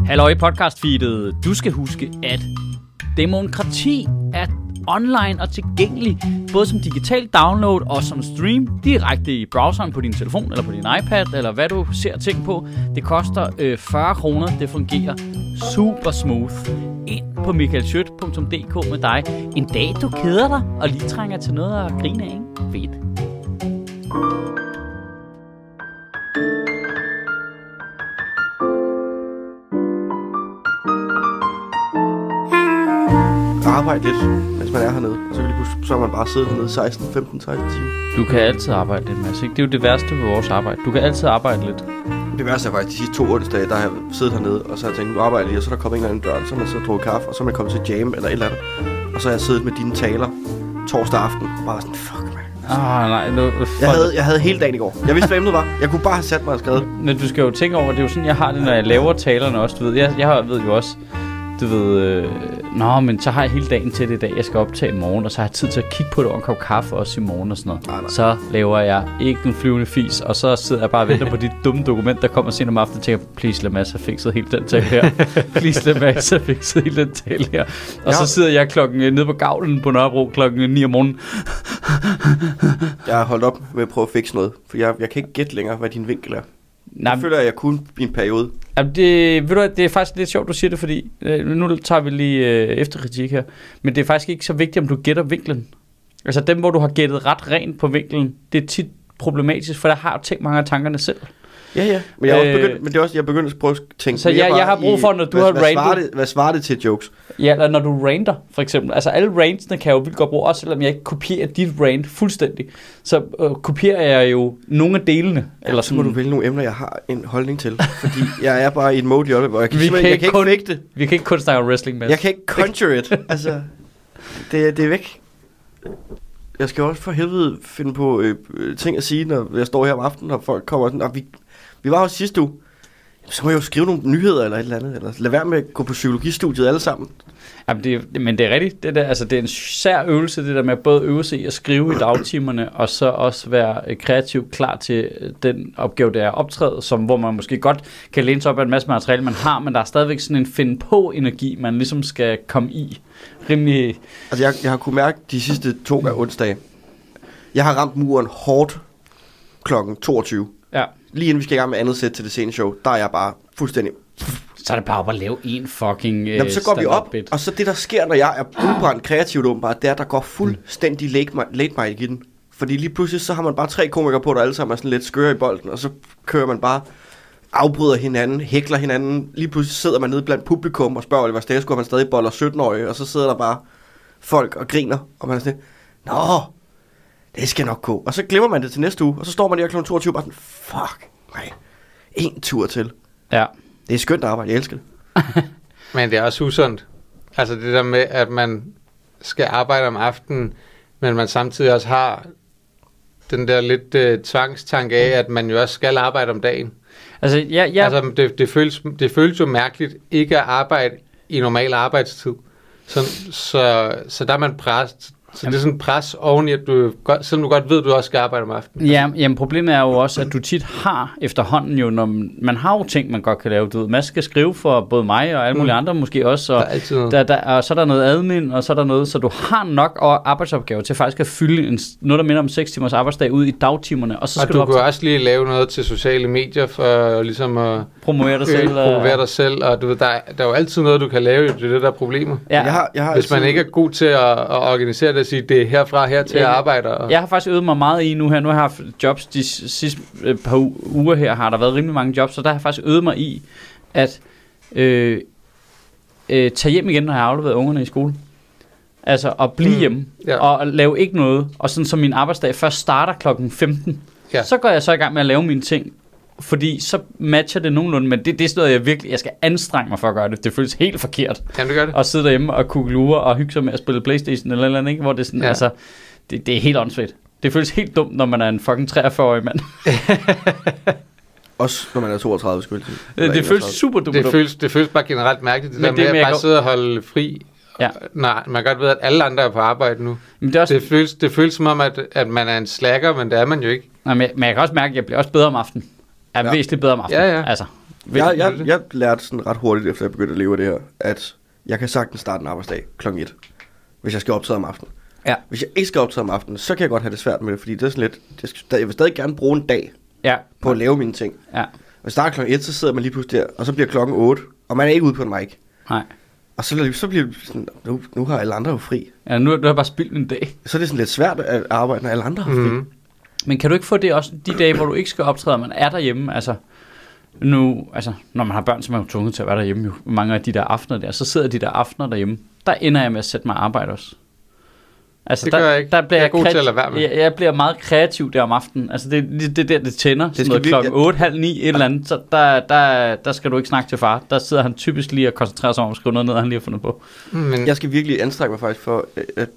Halløj podcastfeedet. Du skal huske, at demokrati er online og tilgængelig, både som digital download og som stream direkte i browseren på din telefon eller på din iPad, eller hvad du ser ting på. Det koster 40 kroner. Det fungerer super smooth. Ind på michaelschødt.dk med dig. En dag du keder dig og lige trænger til noget at grine af, ikke? Fedt. Arbejde lidt, mens man er hernede. Og så kan så man bare sidde hernede 16 timer. Du kan altid arbejde lidt, Mads, ikke? Det er jo det værste ved vores arbejde. Du kan altid arbejde lidt. Det værste er faktisk de sidste 2 onsdage, der har jeg siddet hernede, og så har jeg tænkt, nu arbejder lige, og så er der kommet en eller anden dør, så har man siddet og drukket kaffe, og så er man kommet til jam eller et eller andet. Og så har jeg siddet med dine taler torsdag aften, og bare sådan, fuck man. Jeg havde hele dagen i går. Jeg vidste, hvad emnet var. Jeg kunne bare have sat mig og skrevet. Men du skal jo tænke over, det er jo sådan, jeg har det, når jeg laver talerne også, du ved. Jeg ved jo også, du ved, men så har jeg hele dagen til det i dag, jeg skal optage i morgen, og så har jeg tid til at kigge på det og en kop kaffe også i morgen og sådan noget. Nej. Så laver jeg ikke en flyvende fis, og så sidder jeg bare og venter på de dumme dokument, der kommer senere om aftenen, og tænker, please lad Mads have fikset helt den tale her. Please lad Mads have fikset helt den tale her. Og så sidder jeg nede på gavlen på Nørrebro klokken 9 om morgenen. Jeg har holdt op med at prøve at fikse noget, for jeg kan ikke gætte længere, hvad din vinkel er. Jeg føler, at jeg kunne i en periode. Jamen det er faktisk lidt sjovt, du siger det, fordi nu tager vi lige efterkritik her. Men det er faktisk ikke så vigtigt, om du gætter vinklen. Altså dem, hvor du har gættet ret rent på vinklen, det er tit problematisk, for der har jo tænkt mange af tankerne selv. Ja. Men jeg er også begyndt at prøve at tænke. Så jeg har brug for, når du har rantet. Hvad svarer det til jokes? Ja, eller når du ranter, for eksempel. Altså alle rantsene kan jeg jo vildt godt bruge, også selvom jeg ikke kopierer dit rant fuldstændig. Så kopierer jeg jo nogle af delene. Ja, eller så må du vælge nogle emner, jeg har en holdning til. Fordi jeg er bare i et mode i øjeblikket, hvor jeg kan ikke fake det. Vi kan ikke kun snakke om wrestling, Mads. Jeg kan ikke conjure it. Altså, det er væk. Jeg skal også for helvede finde på ting at sige, når jeg står her om aftenen, og folk kommer sådan, og vi var jo sidste uge, så må jeg jo skrive nogle nyheder eller et eller andet, eller lad være med at gå på psykologistudiet alle sammen. Jamen men det er rigtigt, det der, altså det er en sær øvelse, det der med at både øve sig i at skrive i dagtimerne, og så også være kreativ klar til den opgave, der er optrædet, hvor man måske godt kan læne sig op af en masse materiale, man har, men der er stadigvæk sådan en finde på energi, man ligesom skal komme i. Rimelig. Altså jeg har kunnet mærke de sidste 2 onsdage, jeg har ramt muren hårdt klokken 22. Ja. Lige inden vi skal i gang med andet sæt til det sene show, der er jeg bare fuldstændig. Så er det bare at lave en fucking jamen, så går vi op, og så det der sker, når jeg er udbrændt kreativt åbenbart, det er, der går fuldstændig late mic i den. Fordi lige pludselig, så har man bare 3 komikere på, der alle sammen er sådan lidt skøre i bolden, og så kører man bare, afbryder hinanden, hækler hinanden. Lige pludselig sidder man nede blandt publikum og spørger Oliver Stæsgaard, man stadig boller 17-årige, og så sidder der bare folk og griner, og man er sådan, nå, det skal nok gå. Og så glemmer man det til næste uge, og så står man der kl. 22 og bare sådan, fuck, nej, en tur til. Ja. Det er skønt arbejde, jeg elsker det. Men det er også usundt. Altså det der med, at man skal arbejde om aftenen, men man samtidig også har den der lidt tvangstanke af, at man jo også skal arbejde om dagen. Altså, altså det føles jo mærkeligt ikke at arbejde i normal arbejdstid. Så der er man presset. Så det er sådan en pres oveni, at selvom du godt ved, at du også skal arbejde om aftenen. Ja, jamen problemet er jo også, at du tit har efterhånden jo, når man har jo ting, man godt kan lave. Du ved, man skal skrive for både mig og alle mulige andre måske også, og, og så er der noget admin, og så er der noget, så du har nok arbejdsopgaver til faktisk at fylde noget, der minder om 6 timers arbejdsdag ud i dagtimerne. Og så skal du kan også lige lave noget til sociale medier for ligesom at promovere dig selv. Og du ved, der er jo altid noget, du kan lave, det er det, der er problemer. Ja. Jeg har hvis man ikke er god til at organisere det, sige, det er herfra her til at arbejde. Jeg har faktisk øvet mig meget i nu her. Nu har jeg haft jobs de sidste par uger her, har der været rimelig mange jobs, så der har jeg faktisk øvet mig i at tage hjem igen, når jeg har afleveret ungerne i skole. Altså at blive hjemme og lave ikke noget. Og sådan som min arbejdsdag først starter klokken 15, så går jeg så i gang med at lave mine ting. Fordi så matcher det nogenlunde, men det er sådan noget, jeg skal anstrenge mig for at gøre det. Det føles helt forkert. Kan du gøre det? At sidde derhjemme og kugle og hygge sig med at spille PlayStation eller andet, ikke? Hvor det er sådan, altså, det er helt åndssvagt. Det føles helt dumt, når man er en fucking 43-årig mand. Også når man er 32, skulle jeg sige. Det føles super dumt. Det føles bare generelt mærkeligt, det der med at bare sidde og holde fri. Ja. Nej, man kan godt ved, at alle andre er på arbejde nu. Men det føles som om, at man er en slacker, men det er man jo ikke. Nej, men jeg kan også mærke, at jeg bliver også bedre om aftenen. Jeg er væsentligt bedre om aftenen. Ja. Altså, Jeg lærte sådan ret hurtigt, efter jeg begyndte at leve af det her, at jeg kan sagtens starte en arbejdsdag kl. 1, hvis jeg skal optræde om aftenen. Ja. Hvis jeg ikke skal optræde om aftenen, så kan jeg godt have det svært med det, fordi det er sådan lidt, jeg vil stadig gerne bruge en dag på at lave mine ting. Ja. Hvis jeg starter kl. 1, så sidder man lige pludselig der, og så bliver klokken 8, og man er ikke ude på en mic. Nej. Og så bliver det sådan, nu har alle andre jo fri. Ja, nu har jeg bare spildt en dag. Så er det sådan lidt svært at arbejde, når alle andre har fri. Men kan du ikke få det også de dage, hvor du ikke skal optræde, man er derhjemme, altså når man har børn, så er man jo tvunget til at være derhjemme jo. Mange af de der aftener der, så sidder de der aftener derhjemme. Der ender jeg med at sætte mig arbejde også. Altså, det gør jeg ikke. Der bliver jeg er god til at lade være med. Jeg bliver meget kreativ der om aftenen. Altså det der, det tænder. Det skal klokken 8, halv 9, et eller andet. Så der skal du ikke snakke til far. Der sidder han typisk lige og koncentrerer sig om at skrive noget ned, han lige har fundet på. Men jeg skal virkelig anstrenge mig faktisk for, at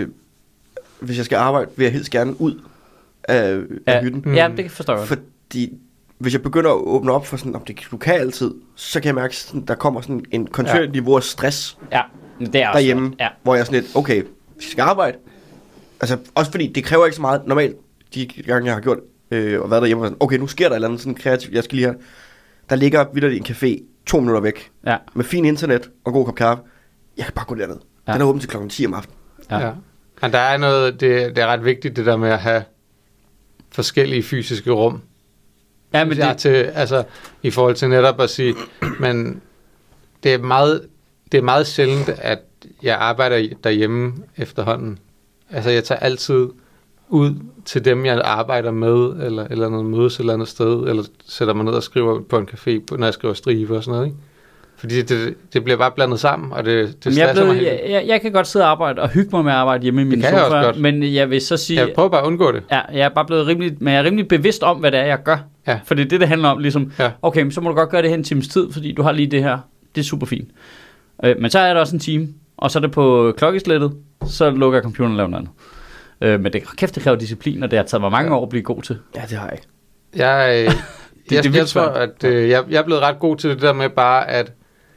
hvis jeg skal arbejde, vil jeg helst gerne ud af hytten. Ja, det forstår jeg. Fordi hvis jeg begynder at åbne op for sådan, om det du kan altid, så kan jeg mærke, sådan, der kommer sådan en kontinuerlig niveau af stress det er derhjemme, hvor jeg er sådan lidt, okay, hvis jeg skal arbejde, altså også fordi det kræver ikke så meget, normalt de gange jeg har gjort, og været derhjemme, okay, nu sker der et eller andet sådan kreativt, jeg skal lige have, der ligger vitterligt en café 2 minutter væk, med fin internet og god kop kaffe, jeg kan bare gå derned. Den er åben til klokken 10 om aftenen. Ja. Men der er noget, det er ret vigtigt det der med at have forskellige fysiske rum. Ja, men altså i forhold til netop at sige, men det er meget sjældent, at jeg arbejder derhjemme efterhånden. Altså jeg tager altid ud til dem, jeg arbejder med, eller noget mødes et eller andet sted, eller sætter mig ned og skriver på en café, når jeg skriver stribe og sådan noget, ikke? Fordi det bliver bare blandet sammen, og det stresser mig helt. Jeg kan godt sidde og arbejde og hygge mig med at arbejde hjemme i min sofa. Det kan jeg også godt. Men jeg vil så sige... Jeg prøver bare at undgå det. Ja, jeg er bare blevet rimelig bevidst om, hvad det er, jeg gør. Ja. For det handler om, ligesom, okay, så må du godt gøre det her en times tid, fordi du har lige det her. Det er super fint. Men så er der også en time, og så er det på klokkeslættet, så lukker jeg computeren og laver noget andet. Men det kræver disciplin, og det har taget mig mange år at blive god til. Ja, det har jeg ikke. Jeg tror, at jeg er blevet ret god til det der med bare, at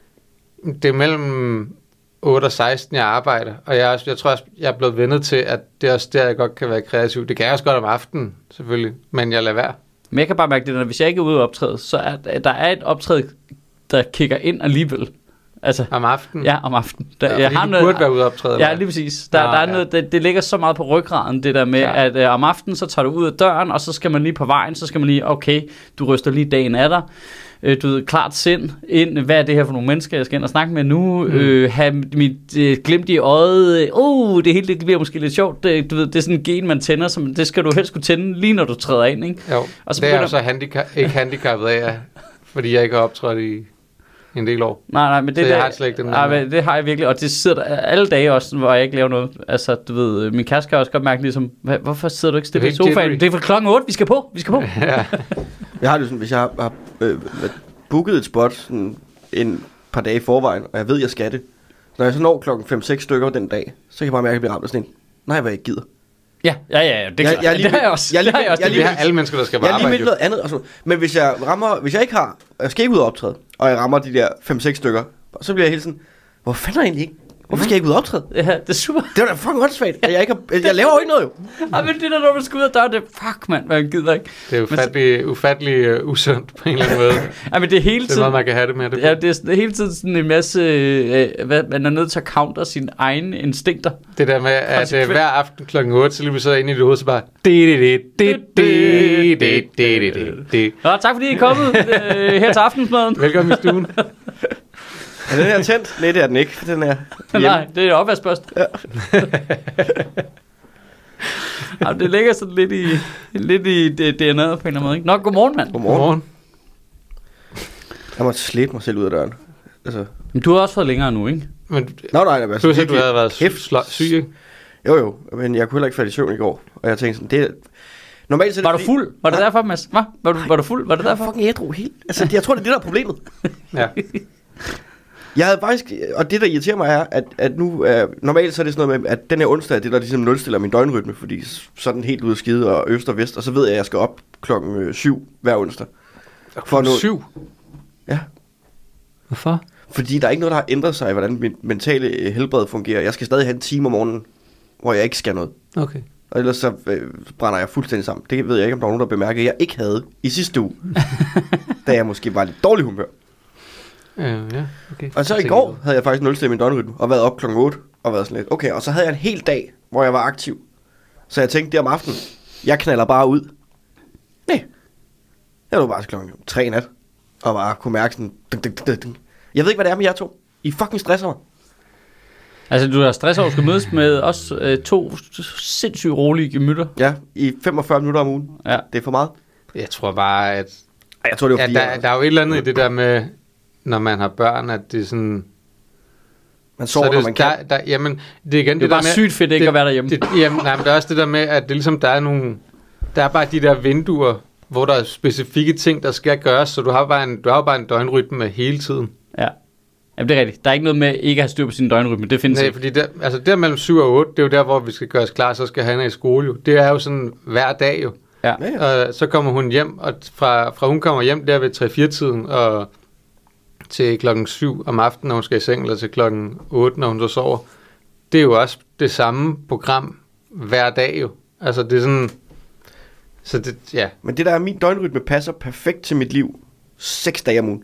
det er mellem 8 og 16, jeg arbejder, og jeg tror også, jeg er blevet vendet til, at det er også der, jeg godt kan være kreativ. Det kan jeg også godt om aftenen, selvfølgelig, men jeg lader være. Men jeg kan bare mærke det, at hvis jeg ikke er ude at optræde, så er der et optræde, der kigger ind alligevel. Altså, om aftenen? Ja, om aftenen. Jeg har noget, burde være ude at optræde. Ja, lige præcis. Der er noget, det ligger så meget på ryggraden, det der med, at om aftenen, så tager du ud af døren, og så skal man lige på vejen, så skal man lige, okay, du ryster lige dagen af dig. Du ved, klart sind ind, hvad er det her for nogle mennesker, jeg skal ind og snakke med nu, have mit glimt i øjet, det hele det bliver måske lidt sjovt, du ved, det er sådan en gen, man tænder, som det skal du helst kunne tænde, lige når du træder ind, ikke? Jo, og så det er jeg så ikke handicappet af, fordi jeg ikke har optrådt i en del år. Nej, men det jeg har slet ikke den. Nej, det har jeg virkelig, og det sidder der alle dage også, hvor jeg ikke laver noget. Altså, du ved, min kæreste kan også godt mærke ligesom, hvorfor sidder du ikke stille i sofaen? Det er for klokken 8, vi skal på. Ja. Jeg har det sådan, hvis jeg har booket et spot sådan en par dage i forvejen, og jeg ved, jeg skal det. Når jeg så når klokken 5-6 stykker den dag, så kan jeg bare mærke, at jeg bliver ramt af sådan en, nej, hvad jeg ikke gider. Ja, det er klart. Det har jeg også. Det har alle mennesker, der skal være arbejde. Jeg er lige noget andet. Altså, men hvis jeg ikke har, jeg skal ikke ud og optræde, og jeg rammer de der 5-6 stykker, så bliver jeg helt sådan, hvor fanden er jeg egentlig ikke? Hvorfor skal jeg ikke ud og optræde? Ja, det er super. Det var da fucking åndssvagt. Jeg laver jo ikke noget jo. Ja, men det der, når man skal ud af døren, det fuck mand, man gider ikke. Det er ufattelig usundt på en eller anden måde. Ja, men det er hele tiden. Det er noget, man kan have det med. Ja, det er hele tiden sådan en masse, man er nødt til at counter sine egne instinkter. Det der med, at hver aften klokken 8, så lige så ind i dit hoved, så bare... Nå, tak fordi I er kommet her til aftensmaden. Velkommen i stuen. Er den her tændt? Nej, det er den ikke. Den er nej, det er opvaskpost. Ja. Jamen, det ligger sådan lidt i DNA'et på en eller anden måde, ikke? Nå, godmorgen, mand. Godmorgen. Jeg måtte slæbe mig selv ud af døren. Altså. Men du har også fået længere nu, ikke? Men, nej, du sagde, du havde været syg, ikke? Jo, men jeg kunne heller ikke falde i søvn i går. Og jeg tænkte sådan, det er... Normalt, så var du fuld? Var det derfor, Mads? Hvad? Var du fuld? Var det derfor? Fucking ædru helt. Altså, jeg tror, det er det, der er problemet. Ja. Jeg havde faktisk, og det der irriterer mig er, at nu, normalt så er det sådan noget med, at den her onsdag er det, der ligesom nulstiller min døgnrytme, fordi så er den helt ude af skide og øst og vest, og så ved jeg, at jeg skal op klokken 7 hver onsdag. For 7? Ja. Hvorfor? Fordi der er ikke noget, der har ændret sig i, hvordan mit mentale helbred fungerer. Jeg skal stadig have en time om morgenen, hvor jeg ikke skal noget. Okay. Og ellers så brænder jeg fuldstændig sammen. Det ved jeg ikke, om der er nogen, der bemærker, at jeg ikke havde i sidste uge. da jeg måske var lidt dårlig humør. Ja, okay. Og så i går havde jeg faktisk nulstillet min døgnrytme, og været op klokken 8, og været sådan lidt, okay, og så havde jeg en hel dag, hvor jeg var aktiv. Så jeg tænkte, det om aftenen, jeg knaller bare ud. Nej. Jeg var bare klokken 3 nat, og bare kunne mærke sådan, ding. Jeg ved ikke, hvad det er med jer to. I fucking stresser mig. Altså, du har stress over, at skulle mødes med os 2 sindssygt rolige gemytter. Ja, i 45 minutter om ugen. Ja. Det er for meget. Jeg tror bare, at Jeg tror, det var fordi, der er jo et eller andet i det der med, når man har børn, at det er sådan... man sover, når man kan. Jamen, det er igen Det er bare sygt fedt ikke at være derhjemme. Jamen, nej, men der er også det der med, at det ligesom, der er bare de der vinduer, hvor der er specifikke ting, der skal gøres, så du har bare en døgnrytme hele tiden. Ja. Jamen, det er rigtigt. Der er ikke noget med ikke at have styr på sin døgnrytme. Det findes Nej, ikke. fordi der mellem 7 og 8, det er jo der, hvor vi skal gøre os klar, så skal han i skole jo. Det er jo sådan hver dag jo. Ja. Og så kommer hun hjem, og fra hun kommer hjem der ved 3-4-tiden, og til klokken 7 om aftenen, når hun skal i seng, eller til klokken 8, når hun så sover. Det er jo også det samme program hver dag jo. Altså det er sådan... Så det, ja. Men det der er, min døgnrytme passer perfekt til mit liv. 6 dage om ugen.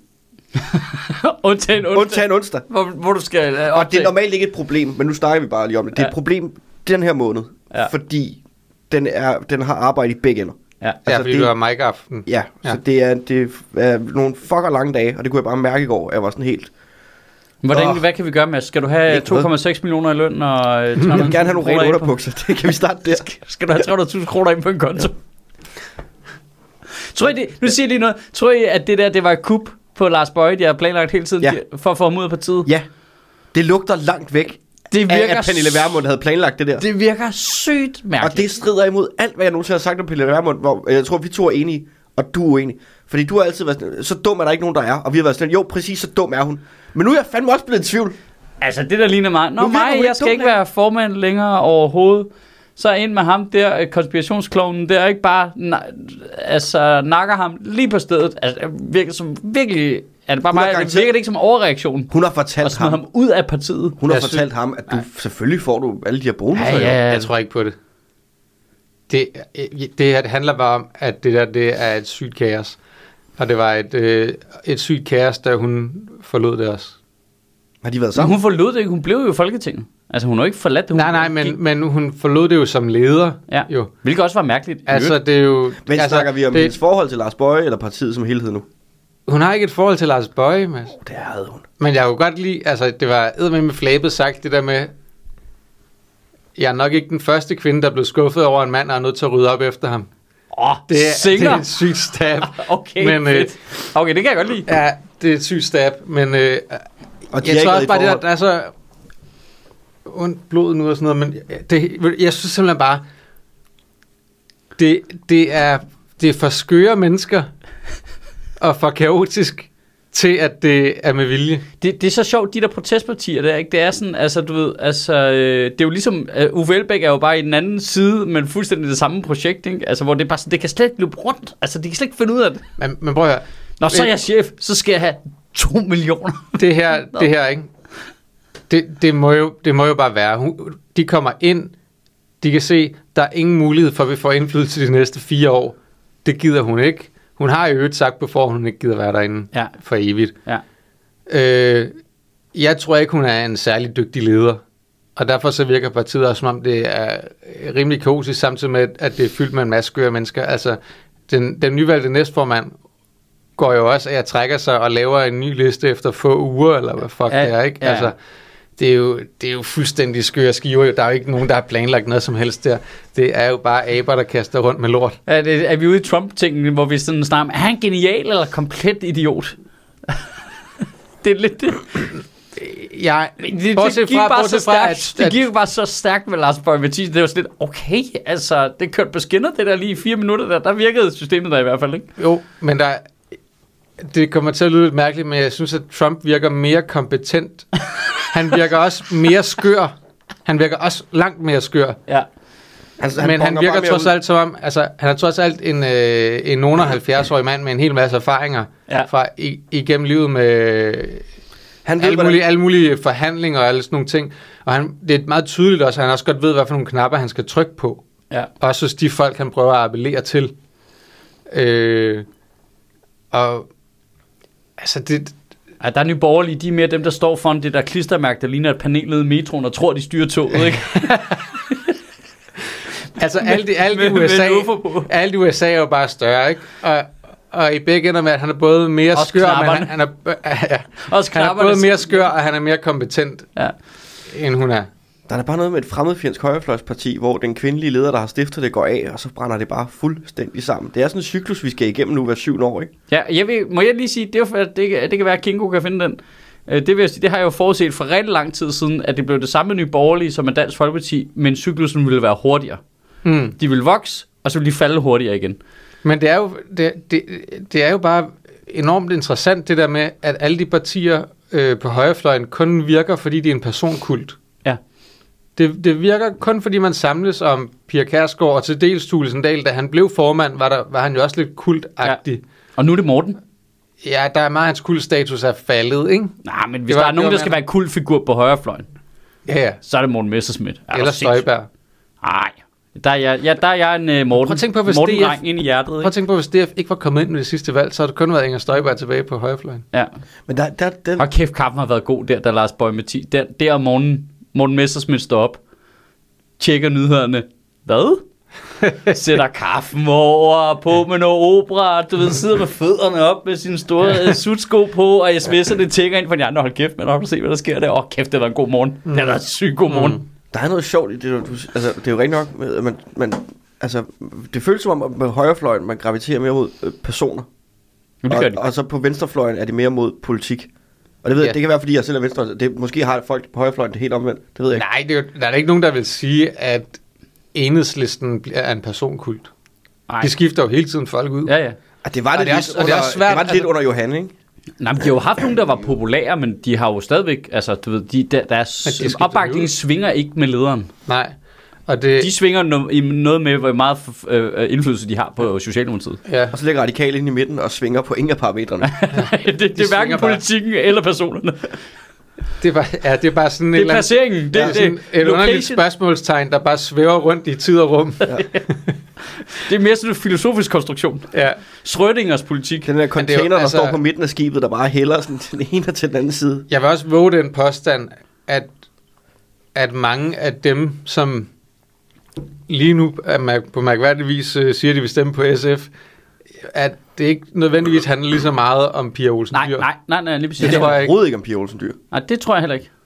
Undtagen onsdag. Hvor du skal optage. Og det er normalt ikke et problem, men nu snakker vi bare lige om det. Det er et problem den her måned, fordi den har arbejde i begge ender. Ja, altså, fordi du har Mike-aften. Ja, så det er nogle fucker lange dage, og det kunne jeg bare mærke i går. Jeg var sådan helt... Hvad kan vi gøre med? Skal du have 2,6 millioner i løn og... jeg vil gerne have nogle rene underbukser. Det kan vi starte der. Skal du have 300.000 kroner ind på en konto? Tror I det? Nu siger jeg lige noget. Tror I, at det var et kup på Lars Boje, de har planlagt hele tiden for at få ham ud af partiet? Ja. Det lugter langt væk. Det virker at Pernille Vermund havde planlagt det der. Det virker sygt mærkeligt. Og det strider imod alt, hvad jeg nogensinde har sagt om Pernille Vermund, hvor jeg tror, vi to er enige, og du er uenig. Fordi du har altid været sådan, så dum er der ikke nogen, der er. Og vi har været sådan, jo, præcis så dum er hun. Men nu er jeg fandme også blevet i tvivl. Altså, det der ligner mig. Jeg skal ikke være formand længere overhovedet. Så ind med ham der, konspirationsklovnen der, ikke bare nakker ham lige på stedet. Altså, virker som virkelig... Er det bare mig? Det virker det ikke som overreaktion? Hun har fortalt ham ud af partiet. Hun har fortalt ham, at du selvfølgelig får du alle de her bonusser. Ja. Jeg tror ikke på det. Det handler bare om, at det er et sygt kaos. Og det var et sygt kaos, da hun forlod det også. Har de været sammen? Men hun forlod det ikke. Hun blev jo i Folketinget. Altså, hun har ikke forladt det. Men hun forlod det jo som leder. Ja, jo. Hvilket også var mærkeligt. Altså, det er jo... Men snakker vi om hendes forhold til Lars Boje, eller partiet som helhed nu? Hun har ikke et forhold til Lars Boje, Mads. Det havde hun. Men jeg kunne godt lide, altså det var eddermame med flabet sagt, det der med, jeg er nok ikke den første kvinde, der blev skuffet over en mand, og er nødt til at rydde op efter ham. Det er et sygt stab. Okay, fedt. Okay, det kan jeg godt lide. Ja, det er et sygt stab, men jeg tror også bare, der er så ondt blod nu og sådan noget, men jeg synes simpelthen bare, det er for skøre mennesker, og for kaotisk til, at det er med vilje. Det er så sjovt, de der protestpartier der, ikke? Det er sådan, altså du ved, det er jo ligesom, Uffe Elbæk er jo bare i den anden side, men fuldstændig det samme projekt, ikke? Altså hvor det er bare sådan, det kan slet ikke løbe rundt, altså de kan slet ikke finde ud af det. Men prøv at høre. Når så er jeg chef, så skal jeg have 2 millioner. Det her, ikke? Det må jo bare være. De kommer ind, de kan se, der er ingen mulighed for, at vi får indflydelse de næste 4 år. Det gider hun ikke. Hun har jo sagt på forhånd, hun ikke gider være derinde for evigt. Ja. Jeg tror ikke, hun er en særlig dygtig leder. Og derfor så virker partiet også, som om det er rimelig kaotisk, samtidig med, at det er fyldt med en masse skøre mennesker. Altså, den nyvalgte næstformand går jo også, at jeg trækker sig og laver en ny liste efter få uger, eller hvad fuck det er, ikke? Ja. Altså, det er jo fuldstændig skøre skiver. Der er jo ikke nogen, der har planlagt noget som helst der. Det er jo bare aber, der kaster rundt med lort. Er vi ude i Trump-tingen, hvor vi sådan snakker, er han genial eller komplet idiot? Det er lidt det. Det gik bare så stærkt med Lars Boje Mathiesen. Det var sådan lidt, okay, altså, det kørte på skinner, det der lige i 4 minutter, der virkede systemet der i hvert fald, ikke? Jo, men det kommer til at lyde lidt mærkeligt, men jeg synes, at Trump virker mere kompetent. Han virker også mere skør. Han virker også langt mere skør. Ja. Altså, men han virker trods alt som om, altså, han er trods alt en nogen 70-årig mand med en hel masse erfaringer fra igennem livet med alle mulige forhandlinger og alle sådan nogle ting. Og det er meget tydeligt også, at han også godt ved, hvad for nogle knapper han skal trykke på. Ja. Også hos de folk, han prøver at appellere til. Og Altså, det... Ja, der er Nye Borgerlige, de er mere dem, der står foran det der klistermærke, der ligner et panel nede i metroen, og tror, de styrer toget, ikke? Altså, alt i USA er jo bare større, ikke? Og i begge ender med, at han er både mere også skør, men han er både mere skør, og han er mere kompetent, end hun er. Der er bare noget med et fremmedfjendsk højrefløjsparti, hvor den kvindelige leder, der har stiftet det, går af, og så brænder det bare fuldstændig sammen. Det er sådan en cyklus, vi skal igennem nu hver 7 år, ikke? Ja, må jeg lige sige, det kan være, at Kingo kan finde den. Det vil jeg sige, det har jeg jo forudset for rigtig lang tid siden, at det blev det samme Nye Borgerlige som med Dansk Folkeparti, men cyklusen ville være hurtigere. De ville vokse, og så ville de falde hurtigere igen. Men det er jo bare enormt interessant, det der med, at alle de partier på højrefløjen kun virker, fordi de er en personkult. Ja. Det virker kun, fordi man samles om Pia Kjærsgaard, og til dels Thulesen Dahl, da han blev formand, var han jo også lidt kultagtig. Ja. Og nu er det Morten. Ja, der er meget, hans kultstatus er faldet, ikke? Nej, men hvis der er nogen, der skal være en kultfigur på højrefløjen, så er det Morten Messerschmidt. Eller Støjberg. Nej. Der er jeg en Morten Dreng ind i hjertet. Prøv at tænke på, hvis DF ikke var kommet ind med det sidste valg, så har det kun været Inger Støjberg tilbage på højrefløjen. Ja. Men den... Og kæft, kaffen har været god der Lars Boje Mathiesen. Der om Morten Messerschmidt står op, tjekker nyhederne. Hvad? Sætter kaffen over, på med noget opera, du ved, sidder med fødderne op med sine store sutsko på, og sms'erne tækker ind for de andre. Hold kæft, man har se, hvad der sker der. Kæft, det var en god morgen. Det var en syg god morgen. Der er noget sjovt i det, altså, det er jo rigtig nok, at man altså, det føles som om, med højrefløjen, man graviterer mere mod personer. Og så på venstrefløjen er det mere mod politik. Og det ved jeg, det kan være, fordi jeg selv er venstre. Det, måske har folk på højrefløjen det helt omvendt. Det ved jeg ikke. Nej, der er ikke nogen, der vil sige, at Enhedslisten er en personkult. Nej. De skifter jo hele tiden folk ud. Ja. Det var det lidt, lidt under Johan, ikke? Nej, men de har jo haft nogen, der var populære, men de har jo stadigvæk, altså du ved, deres opbakning svinger ikke med lederen. Nej. Og det... De svinger noget med, hvor meget indflydelse de har på Socialdemokratiet. Ja. Og så ligger radikale ind i midten og svinger på ingen af parametrene. det er hverken politikken eller personerne. Det er bare sådan det er placeringen. Det er sådan et underligt spørgsmålstegn, der bare svæver rundt i tid og rum. Ja. Det er mere sådan en filosofisk konstruktion. Ja. Schrödingers politik. Den der container, der står på midten af skibet, der bare hælder sådan til den ene og til den anden side. Jeg vil også våge den påstand, at mange af dem, som lige nu på mærkværdig vis siger, de vil stemme på SF, at det ikke nødvendigvis handler lige så meget om Pia Olsen Dyhr. Nej, lige præcis. Det tror jeg overhovedet ikke om Pia Olsen Dyhr. Nej, det tror jeg heller ikke.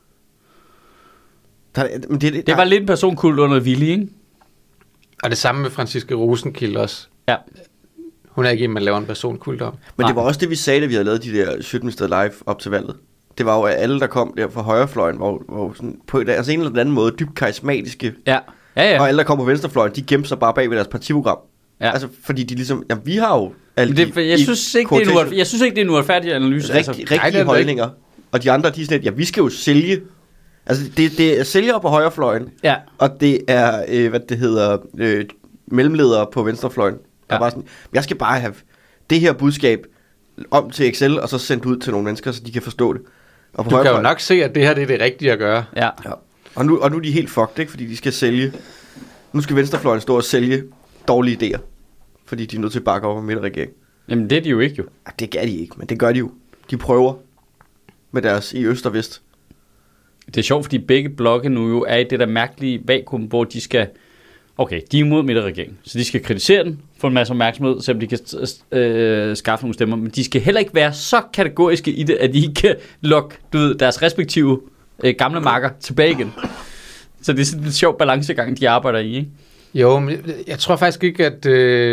Det var lidt en personkult under Willy, ikke? Og det samme med Franciske Rosenkilde også. Ja. Hun er ikke en, man laver en personkult om. Men det var også det, vi sagde, da vi havde lavet de der Sjøtminister live op til valget. Det var jo, at alle, der kom der fra højrefløjen, var sådan på en eller anden måde dybt karismatiske. Ja. Og alle, der kom på venstrefløjen, de gemte sig bare bag ved deres partiprogram. Ja. Altså, fordi de ligesom, jamen, vi har jo alle jeg synes ikke, det er en uretfærdig analyse. Rigtige holdninger. Og de andre, de er sådan, ja, vi skal jo sælge. Altså, det er sælgere på højrefløjen. Ja. Og det er, mellemledere på venstrefløjen. Der er bare sådan, jeg skal bare have det her budskab om til Excel, og så sendt ud til nogle mennesker, så de kan forstå det. Og du kan jo nok se, at det her det er det rigtige at gøre. Ja. Og nu er de helt fucked, ikke? Fordi de skal sælge. Nu skal venstrefløjen stå og sælge dårlige idéer. Fordi de er nødt til at bakke over med midterregering. Jamen det er de jo ikke jo. Ja, det gør de ikke, men det gør de jo. De prøver med deres i øst og vest. Det er sjovt, fordi begge blokke nu jo er i det der mærkelige vakuum, hvor de skal... Okay, de er imod midterregeringen, så de skal kritisere den, få en masse opmærksomhed, så de kan skaffe nogle stemmer. Men de skal heller ikke være så kategoriske i det, at de ikke kan lokke deres respektive gamle marker tilbage igen. Så det er sådan en sjov balancegang, de arbejder i, ikke? Jo, men jeg tror faktisk ikke, at...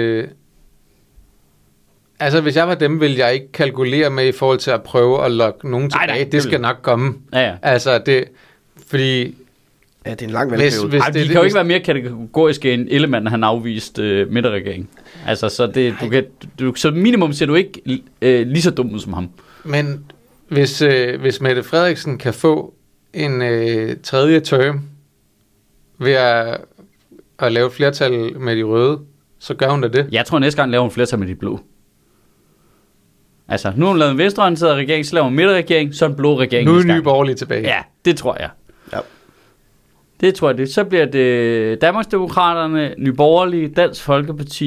Altså, hvis jeg var dem, ville jeg ikke kalkulere med i forhold til at prøve at lokke nogen tilbage. Nej, det skal nok komme. Ja. Altså, fordi... Ja, det er en lang valgperiode. De kan jo ikke være mere kategoriske end Ellemann, han afvist midterregering. Altså, så så minimum ser du ikke lige så dum ud som ham. Men hvis Mette Frederiksen kan få en tredje term ved at lave et flertal med de røde, så gør hun da det. Jeg tror næste gang laver hun flertal med de blå. Altså, nu har hun lavet en venstreorienteret regering, så laver hun midterregering, så en blå regering. Nu er Nye Borgerlige tilbage. Ja, det tror jeg. Ja. Det tror jeg det. Så bliver det Danmarksdemokraterne, Nye Borgerlige, Dansk Folkeparti,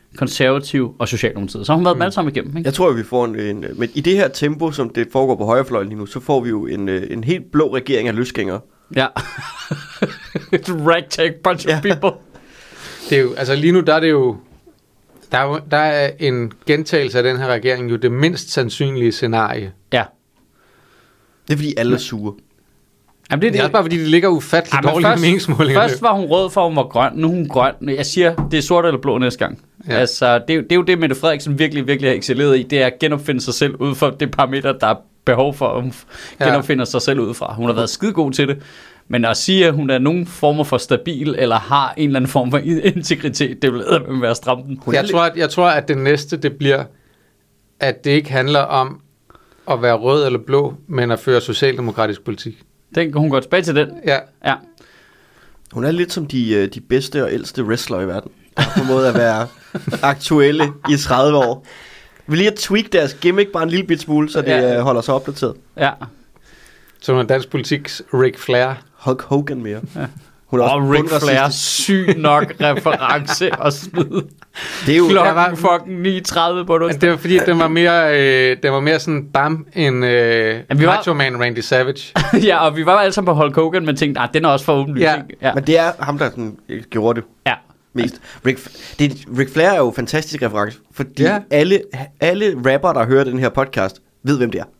Konservative og Socialdemokratiet. Så har hun været dem alle sammen igennem, ikke? Jeg tror, vi får men i det her tempo, som det foregår på højrefløjen lige nu, så får vi jo en helt blå regering af løsgængere. Ja. It's a ragtag bunch of people. Det er jo, altså lige nu, der er det jo, der er en gentagelse af den her regering jo det mindst sandsynlige scenarie. Ja. Det er fordi alle er sure. Jamen, det er også bare fordi, det ligger ufatteligt dårlige meningsmålinger. Først var hun rød, for hun var grøn. Nu er hun grøn. Jeg siger, det er sort eller blå næste gang. Ja. Altså, det er jo det, Mette Frederiksen virkelig har excelleret i. Det er at genopfinde sig selv ud for det parameter, der er behov for at genopfinde sig selv ud fra. Hun har været skide god til det. Men at sige, at hun er nogen former for stabil, eller har en eller anden form for integritet, det vil være stramt. Jeg tror, at det næste, det bliver, at det ikke handler om at være rød eller blå, men at føre socialdemokratisk politik. Hun går tilbage til den. Ja. Hun er lidt som de bedste og ældste wrestlere i verden. Der har formået at være aktuelle i 30 år. Vi lige at tweak deres gimmick bare en lille bit smule, så det holder sig opdateret. Ja. Så hun er dansk politiks Ric Flair. Hulk Hogan mere. Ja. Hun er også Ric Flair, syg nok reference og smide. Det er jo klokken fucking 9:30 på det. Det var fordi, at den var mere sådan bam en Macho Man Randy Savage. Ja, og vi var alle sammen på Hulk Hogan, men tænkte, den er også for åbenlyst. Ja. Men det er ham, der sådan, gjorde det. Ja. Mest. Ric Flair er jo fantastisk reference, fordi alle rapper, der hører den her podcast, ved, hvem det er.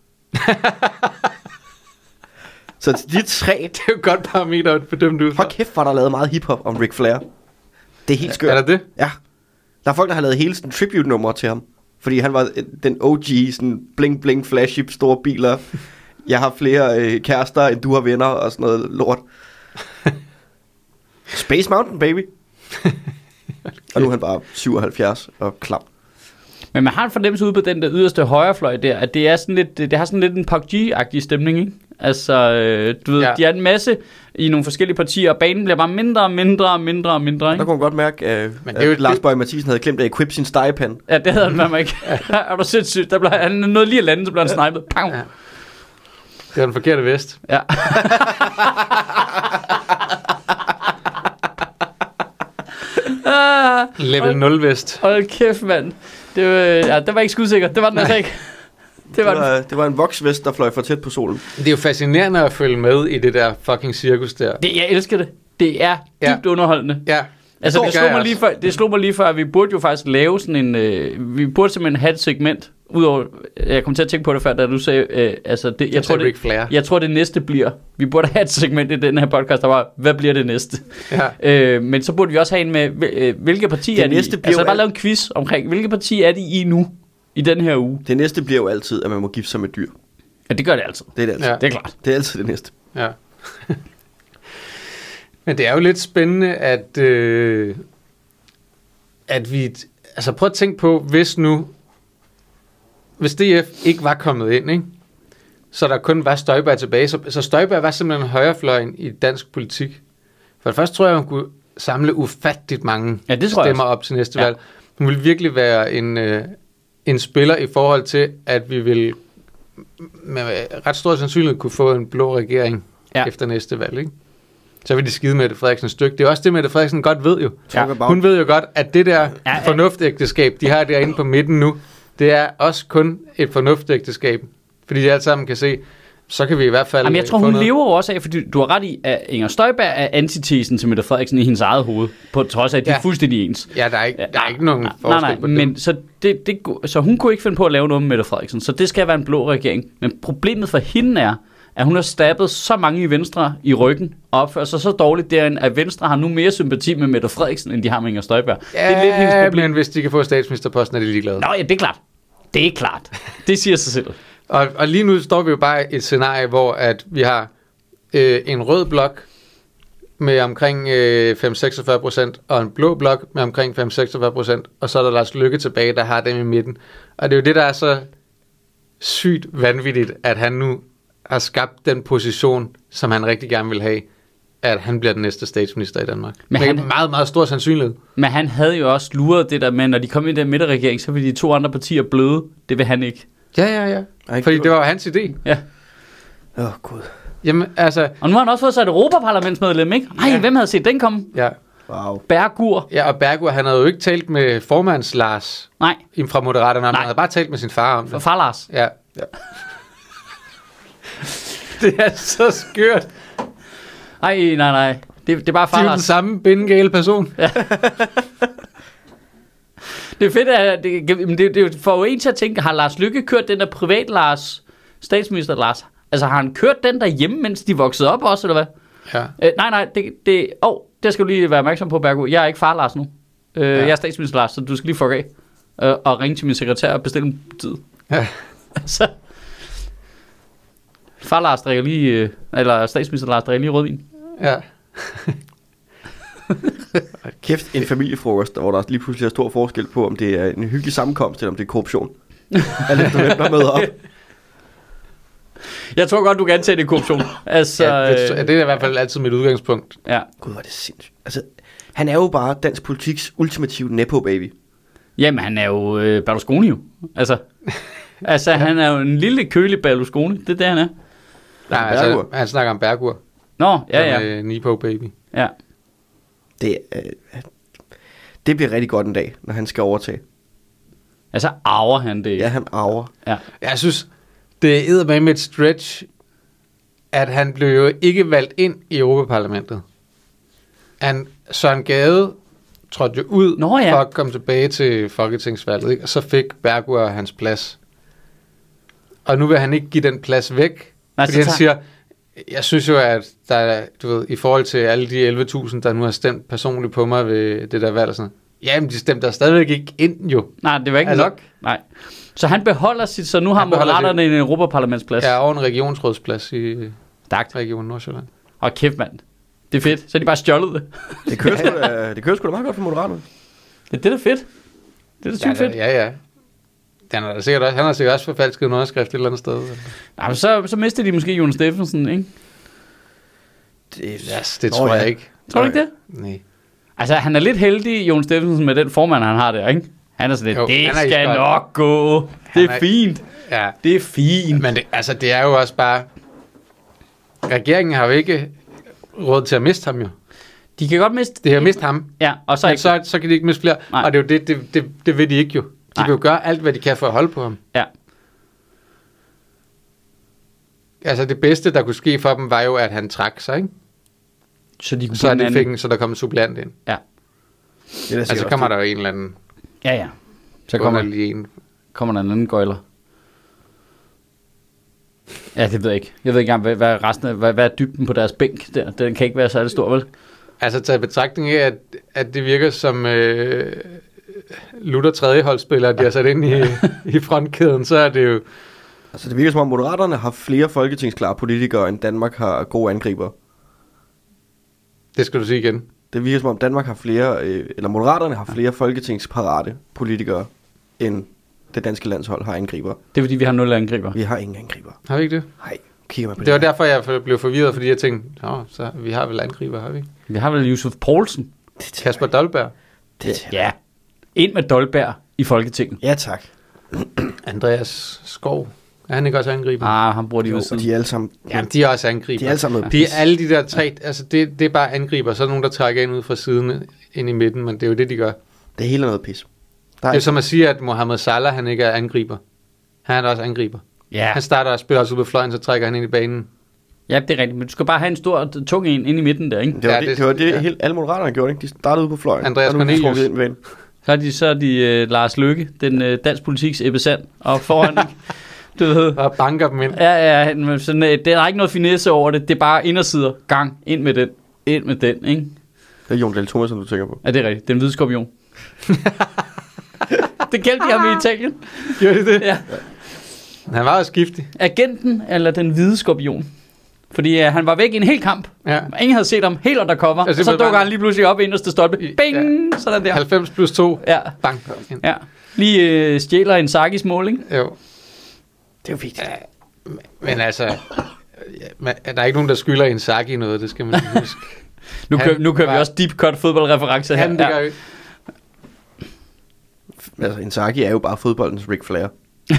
Så de tre... Det er jo godt parameter at bedømme det ud fra. Hold kæft, hvor der er lavet meget hiphop om Ric Flair. Det er helt skørt. Er der det? Ja. Der er folk, der har lavet hele sådan tribute-nummer til ham. Fordi han var den OG, sådan bling bling flashy, store biler. Jeg har flere kærester, end du har venner, og sådan noget lort. Space Mountain, baby. Og nu er han bare 77 og klam. Men man har en fornemmelse ude på den der yderste højrefløj der, at det er sådan lidt, det har sådan lidt en PUBG-agtig stemning, ikke? Altså, du ved, de er en masse i nogle forskellige partier, og banen bliver bare mindre og mindre, ikke? Der kunne man godt mærke, at Lars Boje Mathiesen havde glemt at equip sin stegepande. Ja, det havde man ikke. Er du sindssygt? Der blev han noget lige at lande, så blev han snipet. Pow! Ja. Det var den forkerte vest. Ja. Level 0 vest. Hold kæft, mand. Det var ikke skudsikkert. Det var den altså ikke. Det var en voksvest, der fløj for tæt på solen. Det er jo fascinerende at følge med i det der fucking cirkus der. Jeg elsker det. Det er dybt underholdende. Ja. Altså, det slog mig lige før, at vi burde jo faktisk lave sådan en... vi burde simpelthen have et segment, udover... Jeg kom til at tænke på det før, da du sagde... jeg tror, det næste bliver... Vi burde have et segment i den her podcast, der var, hvad bliver det næste? Ja. Men så burde vi også have en med, hvilke partier er de i? Altså, bare lave en quiz omkring, hvilke partier er de i nu? I den her uge. Det næste bliver jo altid, at man må gifte sig med dyr. Ja, det gør det altid. Det er det altid. Ja. Det er klart. Det er altid det næste. Ja. Men det er jo lidt spændende, at vi... Altså prøv at tænke på, hvis DF ikke var kommet ind, ikke? Så der kun var Støjberg tilbage. Så Støjberg var simpelthen højrefløjen i dansk politik. For det første tror jeg, hun kunne samle ufatteligt mange stemmer op til næste valg. Hun ville virkelig være en spiller i forhold til, at vi vil med ret stor sandsynlighed kunne få en blå regering efter næste valg, ikke? Så vil de skide Mette Frederiksen stykke. Det er også det, Mette Frederiksen godt ved jo. Ja. Hun ved jo godt, at det der fornuftægteskab, de har derinde på midten nu, det er også kun et fornuftægteskab. Fordi de alle sammen kan se, så kan vi i hvert fald... Jamen, jeg tror, hun lever også af, fordi du har ret i, at Inger Støjberg er antitesen til Mette Frederiksen i hendes eget hoved, på trods af, at de er fuldstændig ens. Ja, der er ikke nogen forskel på det. Men så hun kunne ikke finde på at lave noget med Mette Frederiksen, så det skal være en blå regering. Men problemet for hende er, at hun har stabbet så mange i Venstre i ryggen, og opfører sig så dårligt derinde, at Venstre har nu mere sympati med Mette Frederiksen, end de har med Inger Støjberg. Ja, det er lidt hendes problem. Men hvis de kan få statsministerposten, er de ligeglade. Nå ja, det er klart. Det er klart. Det siger sig selv. Og lige nu står vi jo bare i et scenarie, hvor at vi har en rød blok med omkring 5-46%, og en blå blok med omkring 5-46%, og så er der Lars Løkke tilbage, der har dem i midten. Og det er jo det, der er så sygt vanvittigt, at han nu har skabt den position, som han rigtig gerne vil have, at han bliver den næste statsminister i Danmark. Men med meget, meget stor sandsynlighed. Men han havde jo også luret det der med, når de kom ind i den midterregering, så ville de to andre partier bløde. Det vil han ikke. Ja. Fordi det var hans idé. Ja. Gud. Jamen, altså... Og nu har han også fået sig et europaparlamentsmedlem, ikke? Nej, hvem havde set den komme? Ja. Wow. Bergur. Ja, og Bergur, han havde jo ikke talt med formands Lars Nej, fra Moderaterne. Han Nej. havde bare talt med sin far om det. far Lars. Ja. Ja. Det er så skørt. Ej, nej. Det er bare De far er jo den Lars. samme bindegale person. Det er fedt, at det får jo en til at tænke, har Lars Løkke kørt den der privat Lars, statsminister Lars? Altså har han kørt den der hjemme, mens de voksede op også, eller hvad? Ja. Nej, det skal du lige være opmærksom på, Bergo. Jeg er ikke far Lars nu. Jeg er statsminister Lars, så du skal lige fuck af. Og ringe til min sekretær og bestille en tid. Ja. Så. Far Lars drikker lige, eller statsminister Lars drikker lige rødvin. Ja. Kæft, en familiefrokost, hvor der lige pludselig er stor forskel på, om det er en hyggelig sammenkomst, eller om det er korruption. Alt efter hvem der møder op. Jeg tror godt, du kan antage det korruption. Altså, Det er i hvert fald altid mit udgangspunkt. ja. Gud, hvor er det sindssygt. Altså, han er jo bare dansk politiks ultimative nepo-baby. Jamen, han er jo Berlusconi jo. Altså, han er jo en lille kølig Berlusconi. Det er det, han er. Nej, altså, han snakker om Bergur. Nå, ja. Nipo baby. Ja. Det bliver rigtig godt en dag, når han skal overtage. Altså, arver han det. Ja, han arver. Ja. Jeg synes, det er eddermame med et stretch, at han blev jo ikke valgt ind i Europaparlamentet. Søren Gade trådte jo ud for at komme tilbage til folketingsvalget, ikke? Og så fik Bergur hans plads. Og nu vil han ikke give den plads væk, fordi han siger, jeg synes jo, at der er, du ved, i forhold til alle de 11.000, der nu har stemt personligt på mig ved det der valg og sådan noget, jamen, de stemte der stadigvæk ikke ind jo. Nej, det var ikke nok. Nej. Så han beholder sit, så nu har Moderaterne en Europaparlamentsplads. Ja, og en regionsrådsplads i Stærkt. Region Nordsjælland. Og kæft, mand. Det er fedt. Så er de bare stjålet det. Det kører sgu da meget godt for Moderaterne. Ja, det er da fedt. Det er da sygt fedt. Ja. Han har sikkert også forfalsket en underskrift et eller andet sted. Nej, men så mister de måske Jon Steffensen, ikke? Det tror jeg ikke. Tror du ikke det? Nej. Altså, han er lidt heldig, Jon Steffensen, med den formand, han har der, ikke? Han er sådan lidt, det skal nok gå. Det er fint. Ja. Det er fint. Men det er jo også bare... Regeringen har jo ikke råd til at miste ham jo. De kan godt miste... Det har mistet ham. Ja, og så, så kan de ikke miste flere. Nej. Og det er jo det vil de ikke jo. De vil jo gøre alt, hvad de kan for at holde på ham. Ja. Altså det bedste, der kunne ske for dem, var jo, at han trak sig, ikke? Så der kom en supplant ind. Ja. Altså kommer der jo en eller anden... Ja. Så kommer der en anden gøjler. Ja, det ved jeg ikke. Jeg ved ikke engang, hvad resten af, hvad er dybden på deres bænk der. Den kan ikke være særlig stor, vel? Altså taget betragtning af, at det virker som Luther tredjeholdsspillere, de har sat ind i frontkæden, så er det jo... Altså det virker som om Moderaterne har flere folketingsklare politikere, end Danmark har gode angriber. Det skal du sige igen. Det virker som om Danmark har flere, eller Moderaterne har flere folketingsparate politikere, end det danske landshold har angriber. Det er fordi, vi har 0 angriber. Vi har ingen angriber. Har vi ikke det? Nej, kigger man på det var derfor, jeg blev forvirret, fordi jeg tænkte, så vi har vel angriber, har vi ikke? Vi har vel Josef Poulsen. Kasper Dolberg. Ja. Ind med Dolberg i Folketinget. Ja, tak. Andreas Skov. Er han ikke også angriber? Han bruger de jo de er alle sammen... Ja, de er også angriber. De er alle sammen de er alle de der tre... Altså, det er bare angriber. Så er der nogen, der trækker ind ud fra siden ind i midten, men det er jo det, de gør. Det er hele noget pis. Det er som at sige, at Mohamed Salah, han ikke er angriber. Han er også angriber. Ja. Han starter og spiller også ud på fløjen, så trækker han ind i banen. Ja, det er rigtigt. Men du skal bare have en stor, tung en ind i midten der, ikke? Det var det helt alle Moderaterne gjorde, ikke? De startede ude på fløjen. Andreas Cornelius. Så er de Lars Løkke, den dansk politiks Ebbe Sand, og foran, du ved. Og banker dem ind. Ja, sådan, det er ikke noget finesse over det. Det er bare indersider, gang, ind med den, ikke? Det er Jon Dahl Thomasen, du tænker på. Ja, det er rigtigt. Den hvide skorpion. Det kaldte de ham i Italien. Gjorde de det? Ja. Han var også giftig. Agenten, eller den hvide skorpion. Fordi han var væk i en hel kamp. Ja. Ingen havde set ham helt undercover. Og så dukker han lige pludselig op i inderste stolpe. Bing! Ja. Sådan der. 90+2. Ja. Bang. Ja. Lige stjæler en Sakis mål, ikke? Jo. Det er jo vigtigt. Ja, men altså, der er ikke nogen, der skylder en Saki noget. Det skal man huske. nu kører vi også deep cut fodboldreferencer her. Det gør vi. Altså, Inzaghi er jo bare fodboldens Ric Flair.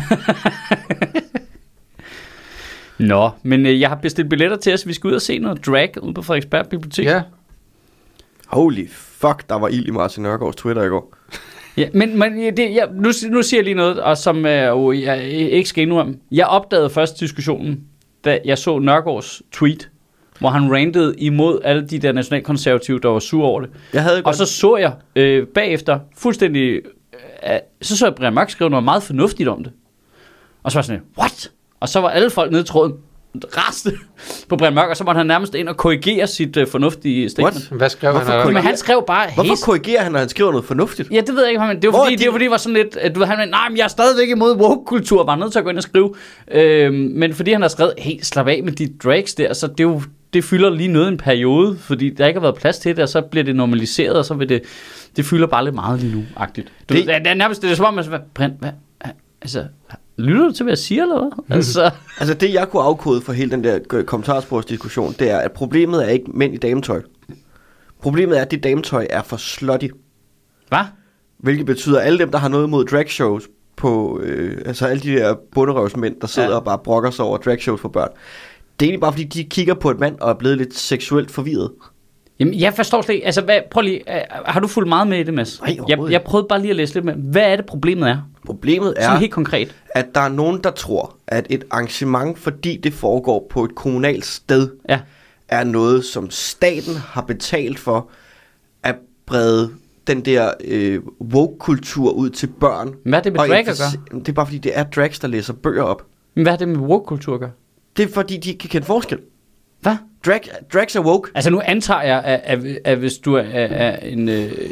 Nå, men jeg har bestilt billetter til os. Vi skal ud og se noget drag ude på Frederiksberg Bibliotek. Ja. Holy fuck, der var ild i Martin Nørgaards Twitter i går. Ja, men nu siger jeg lige noget, og som jeg ikke skal indrømme. Jeg opdagede først diskussionen, da jeg så Nørgaards tweet, hvor han rantede imod alle de der nationalkonservative, der var sure over det. Og så jeg bagefter fuldstændig... så jeg Brian Mørk skrive noget meget fornuftigt om det. Og så var sådan, what? Og så var alle folk nede i tråden raste på Brian Mørk, og så måtte han nærmest ind og korrigere sit fornuftige statement. What? Hvad skrev han? Men han skrev bare... Hvorfor korrigerer han, når han skriver noget fornuftigt? Ja, det ved jeg ikke, men det var fordi det var sådan lidt... Du ved, han nej, men jeg er stadigvæk imod woke-kultur, var nødt til at gå ind og skrive. Men fordi han har skrevet, hey, slap af med de drags der, så det er jo... Det fylder lige noget en periode, fordi der ikke har været plads til det, og så bliver det normaliseret, og så vil det fylder bare lidt meget lige nu-agtigt. Det er nærmest det er som om, hvad, altså, lytter du til, hvad jeg siger, eller hvad? Altså det, jeg kunne afkode for hele den der kommentarsporsdiskussion, det er, at problemet er ikke mænd i dametøj. Problemet er, at det dametøj er for slutty. Hvad? Hvilket betyder, at alle dem, der har noget imod dragshows, på, altså alle de der bunderøvsmænd, der sidder og bare brokker sig over dragshows for børn, det er egentlig bare, fordi de kigger på et mand og er blevet lidt seksuelt forvirret. Jamen, jeg forstår slet ikke. Altså, prøv lige. Har du fulgt meget med i det, Mads? Nej, jeg prøvede bare lige at læse lidt med. Hvad er det, problemet er? Problemet er, sådan helt konkret, at der er nogen, der tror, at et arrangement, fordi det foregår på et kommunalt sted, er noget, som staten har betalt for at brede den der woke-kultur ud til børn. Hvad er det med drag at gøre? Det er bare, fordi det er drags, der læser bøger op. Men hvad er det med woke-kultur at gøre? Det er, fordi de kan kende forskel. Hvad? Drags er woke. Altså nu antager jeg, at hvis du er en...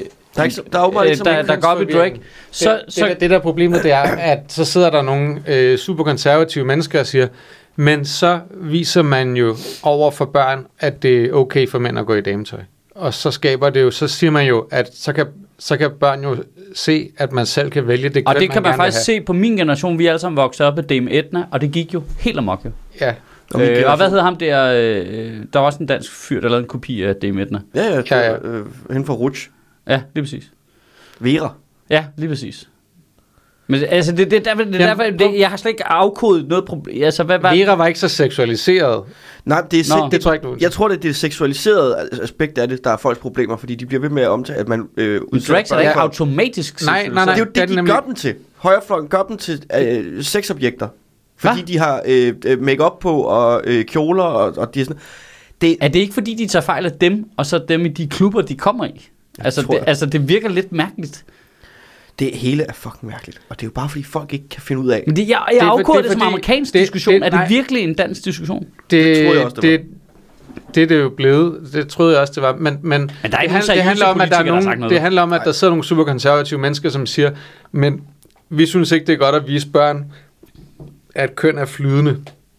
der går op i drag, så... Det der problemet, det er, at så sidder der nogle superkonservative mennesker og siger, men så viser man jo over for børn, at det er okay for mænd at gå i dametøj. Og så skaber det jo, så siger man jo, at så kan børn jo se, at man selv kan vælge det. Og det kan man faktisk se på min generation. Vi er alle sammen vokset op med Dame Edna, og det gik jo helt amok jo. Ja. Og hvad hedder ham der? Der var også en dansk fyr, der lavede en kopi af Dame Edna. Ja. Hende fra Rouge. Ja, lige præcis. Vera. Ja, lige præcis. Men altså, derfor, jeg har slet ikke afkodet noget problem. Altså, Vera var ikke så seksualiseret. Nej, det tror jeg ikke, jeg tror, det seksualiserede aspekt af det, der er folks problemer, fordi de bliver ved med at omtale, at man drags er ikke automatisk seksualiseret. Nej, det er jo det, de gør dem til. Højrefløjen gør dem til sexobjekter. Fordi de har make-up på og kjoler og de sådan. Er det ikke fordi, de tager fejl af dem, og så dem i de klubber, de kommer i? Det virker lidt mærkeligt. Det hele er fucking mærkeligt. Og det er jo bare fordi folk ikke kan finde ud af. Men jeg afkoder det som amerikansk diskussion. Er det virkelig en dansk diskussion? Det tror jeg også, det var. Det er jo blevet. Det troede jeg også, det var. Men der er det handler om, at der er nogen. Det handler om, at der sidder nogle superkonservative mennesker, som siger, men vi synes ikke, det er godt at vise børn, at køn er flydende.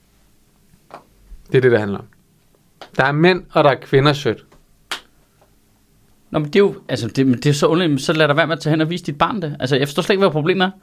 Det er det, det handler om. Der er mænd, og der er kvinder sødt. Nå, men det er jo, altså, det er så underligt, så lad dig være med at tage hen og vise dit barn det. Altså, jeg forstår slet ikke, hvad problemet er.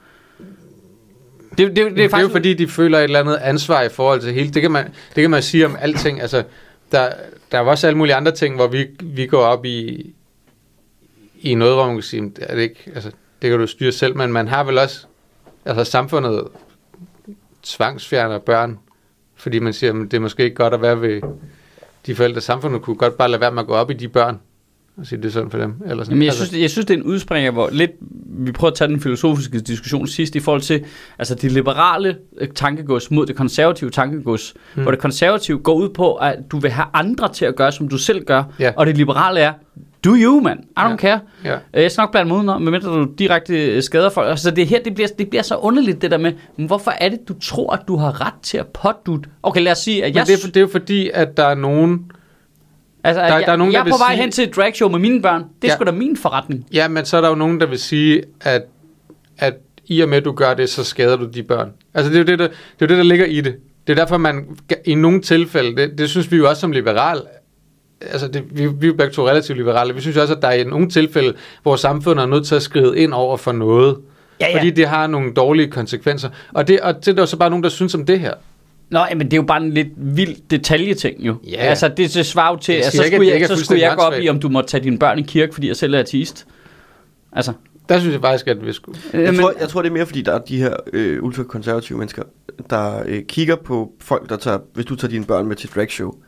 Det er jo fordi, de føler et eller andet ansvar i forhold til hele. Det kan man sige om alting. Altså, der er også alle mulige andre ting, hvor vi går op i noget, hvor man kan sige, er det ikke, altså, det kan du styre selv, men man har vel også, altså samfundet tvangsfjerner børn, fordi man siger, at det er måske ikke godt at være ved de forældre. Samfundet kunne godt bare lade være med at gå op i de børn og sige, det er sådan for dem. Eller sådan. Jamen, jeg synes, det er en udspringer, hvor lidt, vi prøver at tage den filosofiske diskussion sidst i forhold til, altså det liberale tankegods mod det konservative tankegods, hvor det konservative går ud på, at du vil have andre til at gøre, som du selv gør, og det liberale er, do you, man. I don't care. Jeg skal nok blande mig udenom, medmindre du direkte skader folk. Altså det her, det bliver så underligt, det der med, men hvorfor er det, du tror, at du har ret til at pådutte? Okay, lad os sige, at det er jo fordi, at der er nogen... Altså, der er nogen, jeg er på vej hen til et dragshow med mine børn. Det er sgu da min forretning. Ja, men så er der jo nogen, der vil sige, at i og med, at du gør det, så skader du de børn. Altså, det er jo det, der ligger i det. Det er derfor, man i nogle tilfælde, det synes vi jo også som liberal, altså vi er jo begge to relativt liberale, vi synes også, at der er i nogle tilfælde, hvor samfundet er nødt til at skride ind over for noget, fordi det har nogle dårlige konsekvenser. Og det er jo så bare nogen, der synes om det her. Nå, men det er jo bare en lidt vild detaljeting jo. Ja. Altså det svarer jo til, at så skulle jeg gå op i, om du må tage dine børn i kirke, fordi jeg selv er ateist. Altså. Der synes jeg faktisk, at vi skulle. Jeg tror, det er mere, fordi der er de her ultrakonservative mennesker, der kigger på folk, der tager, hvis du tager dine børn med til dragshow. Ja.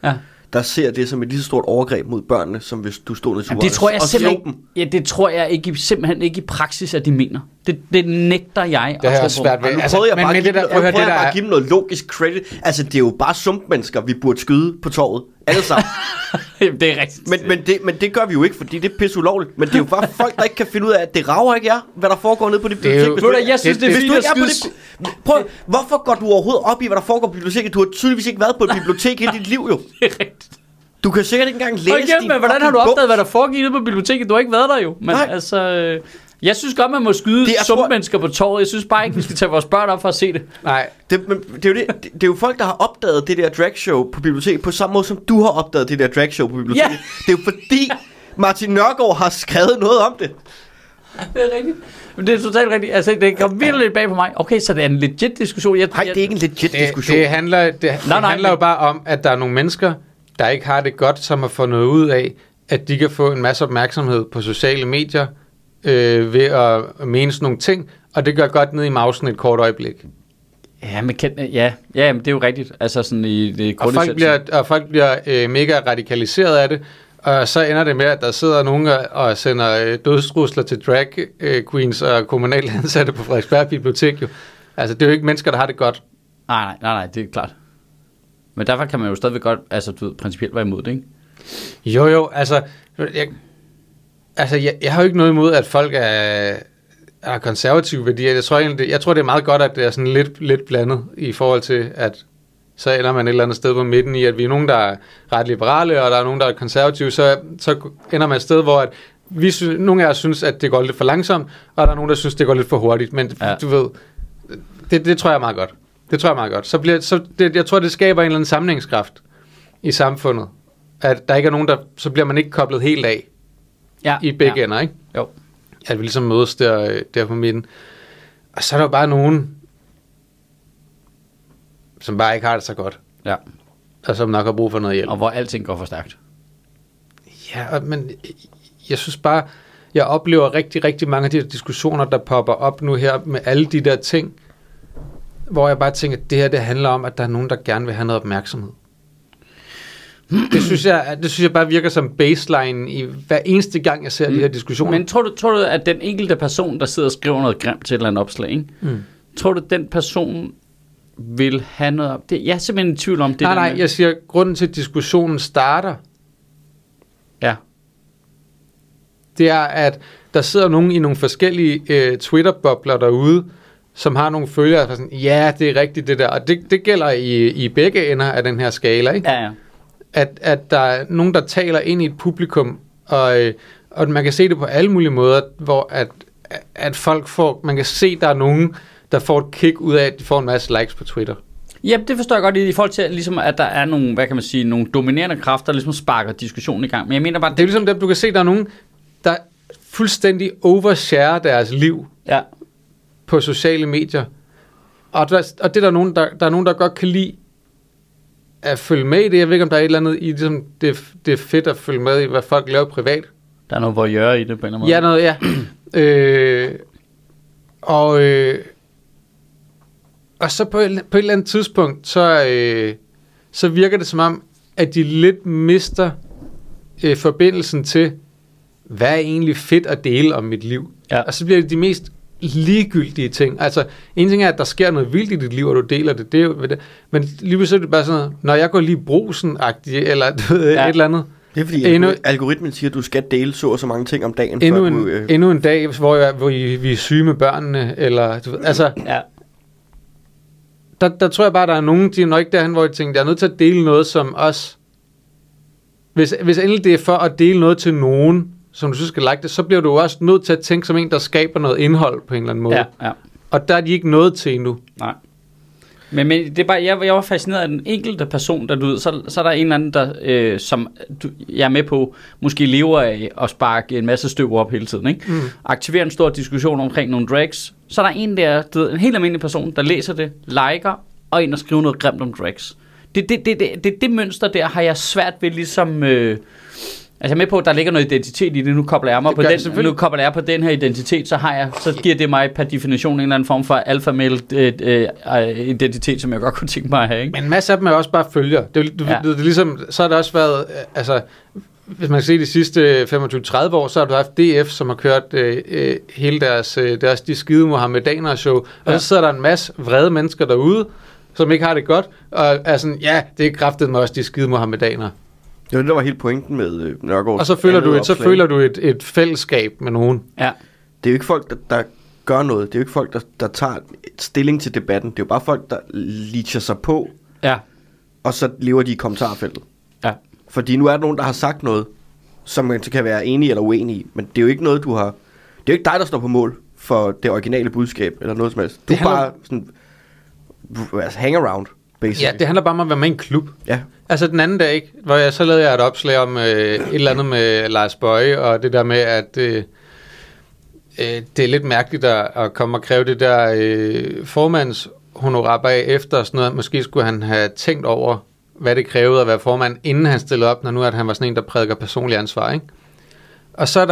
der ser det som et lige så stort overgreb mod børnene, som hvis du stod nede i det tror jeg det tror jeg ikke, simpelthen ikke i praksis, at de mener. Det nægter jeg det at tro på. Nu prøvede jeg bare at give dem noget logisk credit. Altså, det er jo bare sumpmennesker, vi burde skyde på torvet. Alle sammen. Det er rigtigt. Men det gør vi jo ikke, fordi det er pisse ulovligt. Men det er jo bare folk, der ikke kan finde ud af, at det rager ikke jer, hvad der foregår nede på det bibliotek. Jeg synes, det er fint at Prøv, hvorfor går du overhovedet op i, hvad der foregår på biblioteket? Du har tydeligvis ikke været på et bibliotek hele dit liv, jo. Det er rigtigt. Du kan sikkert ikke engang læse men hvordan har du opdaget, hvad der foregik nede på biblioteket? Du har ikke været der jo. Men nej. Altså, jeg synes godt, man må skyde sumpmennesker på torvet. Jeg synes bare ikke, vi skal tage vores børn op for at se det. Nej. Det er jo folk, der har opdaget det der dragshow på biblioteket, på samme måde som du har opdaget det der dragshow på biblioteket. Ja. Det er jo fordi, Martin Nørgaard har skrevet noget om det. Det er rigtigt. Det er totalt rigtigt. Altså, det kom virkelig lidt bag på mig. Okay, så det er en legit diskussion. Nej, det er ikke en legit diskussion. Det handler jo bare om, at der er nogle mennesker, der ikke har det godt, som har fundet ud af, at de kan få en masse opmærksomhed på sociale medier ved at mene sådan nogle ting, og det gør godt ned i mausen et kort øjeblik. Ja, men men det er jo rigtigt. Altså sådan i det folk bliver mega radikaliseret af det, og så ender det med, at der sidder nogen og sender dødstrusler til drag queens og kommunale ansatte på Frederiksberg Bibliotek. Jo. Altså, det er jo ikke mennesker, der har det godt. Nej, det er klart. Men derfor kan man jo stadigvæk godt, altså du ved, principielt være imod det, ikke? Jo, altså jeg har jo ikke noget imod, at folk er konservative værdier. Jeg tror, det er meget godt, at det er sådan lidt blandet i forhold til, at så ender man et eller andet sted på midten i, at vi er nogen, der er ret liberale, og der er nogen, der er konservative, så ender man et sted, hvor at nogle af os synes, at det går lidt for langsomt, og der er nogen, der synes, det går lidt for hurtigt. Men du ved, det tror jeg er meget godt. Det tror jeg er meget godt. Jeg tror, det skaber en eller anden sammenhængskraft i samfundet. At der ikke er nogen, så bliver man ikke koblet helt af i begge ender, ikke? Jo. At vi ligesom mødes der på midten. Og så er der jo bare nogen, som bare ikke har det så godt. Ja. Og som nok har brug for noget hjælp. Og hvor alting går for stærkt. Ja, men jeg synes bare, jeg oplever rigtig, rigtig mange af de diskussioner, der popper op nu her med alle de der ting, hvor jeg bare tænker, at det her, det handler om, at der er nogen, der gerne vil have noget opmærksomhed. Det synes jeg bare virker som baseline i hver eneste gang, jeg ser de her diskussioner. Men tror du, at den enkelte person, der sidder og skriver noget grimt til et eller andet opslag, ikke? Tror du, den person vil have noget... Jeg er simpelthen i tvivl om det. Nej, jeg siger, grunden til, at diskussionen starter, det er, at der sidder nogen i nogle forskellige Twitter-bobler derude, som har nogle følgere, der er sådan, ja, det er rigtigt det der. Og det gælder i begge ender af den her skala, ikke? Ja. At der er nogen, der taler ind i et publikum, og man kan se det på alle mulige måder, hvor at folk får, man kan se, der er nogen, der får et kick ud af, at de får en masse likes på Twitter. Ja, det forstår jeg godt i forhold til, ligesom, at der er nogle, hvad kan man sige, nogle dominerende kræfter, der ligesom sparker diskussionen i gang. Men jeg mener bare... Det er ligesom dem, du kan se, der er nogen, der fuldstændig overshare deres liv på sociale medier. Og det er der nogen, der godt kan lide at følge med i det. Jeg ved ikke, om der er et eller andet i ligesom, det er fedt at følge med i, hvad folk laver privat. Der er noget voyeur i det på en eller anden måde. Ja, og så på et eller andet tidspunkt, så virker det som om, at de lidt mister forbindelsen til, hvad er egentlig fedt at dele om mit liv. Ja. Og så bliver det de mest ligegyldige ting. Altså, en ting er, at der sker noget vildt i dit liv, og du deler det, det er jo det. Men lige pludselig er det bare sådan noget, når jeg går lige brusen-agtigt, eller du ved, et eller andet. Det er fordi, algoritmen siger, at du skal dele så og så mange ting om dagen. Endnu en dag, hvor vi er syge med børnene, eller du ved, altså... Ja. Der tror jeg bare, der er nogen, de er nok ikke derhen, hvor jeg tænker, jeg er nødt til at dele noget som os. Hvis endelig det er for at dele noget til nogen, som du synes skal like det, så bliver du også nødt til at tænke som en, der skaber noget indhold på en eller anden måde. Ja. Og der er de ikke noget til endnu. Nej. Men det er bare, jeg var fascineret af den enkelte person, der du ved, så er der en eller anden, der, som jeg er med på, måske lever af at sparke en masse støv op hele tiden, ikke? Aktiverer en stor diskussion omkring nogle drags. Så er der en der, du ved, en helt almindelig person, der læser det, liker, og en, der skriver noget grimt om drags. Det mønster der har jeg svært ved ligesom Altså jeg er med på, at der ligger noget identitet i det. Nu kobler jeg mig på den. Nu kobler jeg på den her identitet, så giver det mig per definition en eller anden form for alfamale identitet, som jeg godt kunne tænke mig at have. Ikke? Men en masse af dem er også bare følger. Det er ligesom, så har det også været, altså, hvis man kan se de sidste 25-30 år, så har du haft DF, som har kørt hele deres de skide Mohammedaner show, og så sidder der en masse vrede mennesker derude, som ikke har det godt, og er sådan, ja, det er kraftet med også de skide Mohammedaner. Det var det, der var hele pointen med Nørgaard. Og så føler du et fællesskab med nogen. Ja. Det er jo ikke folk, der gør noget. Det er jo ikke folk, der tager stilling til debatten. Det er jo bare folk, der leacher sig på, og så lever de i kommentarfeltet. Ja. Fordi nu er der nogen, der har sagt noget, som man kan være enig eller uenig i, men det er jo ikke noget, du har... Det er jo ikke dig, der står på mål for det originale budskab, eller noget som helst. Du er bare sådan... Altså, hang around, basically. Ja, det handler bare om at være med i en klub. Ja. Altså den anden dag, ikke, hvor så lavede jeg et opslag om et eller andet med Lars Boje, og det der med, at det er lidt mærkeligt at komme og kræve det der formandshonorar bagefter, sådan noget. Måske skulle han have tænkt over, hvad det krævede at være formand, inden han stillede op, når nu at han var sådan en, der prædiker personlig ansvar. Ikke? Og så er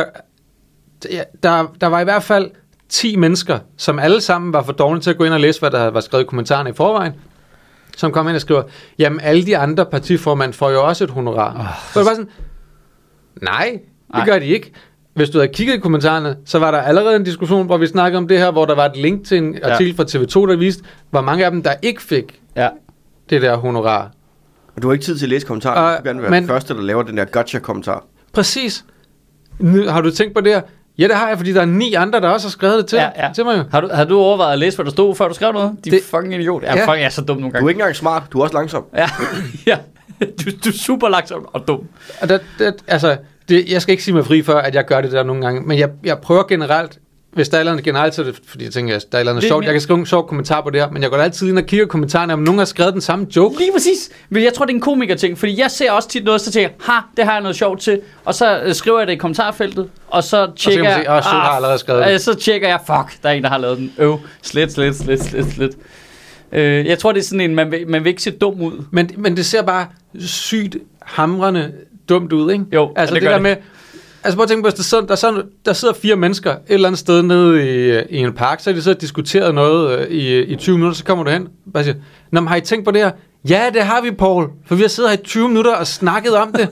der var i hvert fald 10 mennesker, som alle sammen var for dårlige til at gå ind og læse, hvad der var skrevet i kommentarerne i forvejen, som kom ind og skriver, jamen alle de andre partiformand får jo også et honorar. Så det var sådan, nej, det gør de ikke. Hvis du havde kigget i kommentarerne, så var der allerede en diskussion, hvor vi snakkede om det her, hvor der var et link til en artikel fra TV2, der viste, hvor mange af dem, der ikke fik det der honorar. Du har ikke tid til at læse kommentarer. Du vil være den første, der laver den der gotcha-kommentar. Præcis. Har du tænkt på det her? Ja, det har jeg, fordi der er 9 andre, der også har skrevet det til mig. Har du overvejet at læse, hvad der stod, før du skrev noget? De fucking idiot. Jeg er så dum nogle gange. Du er ikke engang smart, du er også langsom. Ja. Du er super langsom og dum. Og jeg skal ikke sige mig fri for, at jeg gør det der nogle gange, men jeg prøver generelt, hvis der er noget generelt, så det, fordi jeg tænker, der er noget sjovt, jeg kan skrive en sjov kommentar på det her, men jeg går altid ind og kigger kommentarerne, om nogen har skrevet den samme joke. Lige præcis. Men jeg tror, det er en komiker-ting, fordi jeg ser også tit noget, så tænker jeg, det har jeg noget sjovt til, og så skriver jeg det i kommentarfeltet, og så tjekker jeg, har allerede skrevet det. Så tjekker jeg, der er en, der har lavet den. Slet. Jeg tror, det er sådan en, man vil ikke se dum ud. Men det ser bare sygt hamrende dumt ud, ikke? Jo, altså det der med, altså prøv at tænke på, hvis der sidder 4 mennesker et eller andet sted nede i en park, så har de så diskuteret noget i 20 minutter, så kommer du hen og siger, nå, men har I tænkt på det her? Ja, det har vi, Paul, for vi har siddet her i 20 minutter og snakket om det.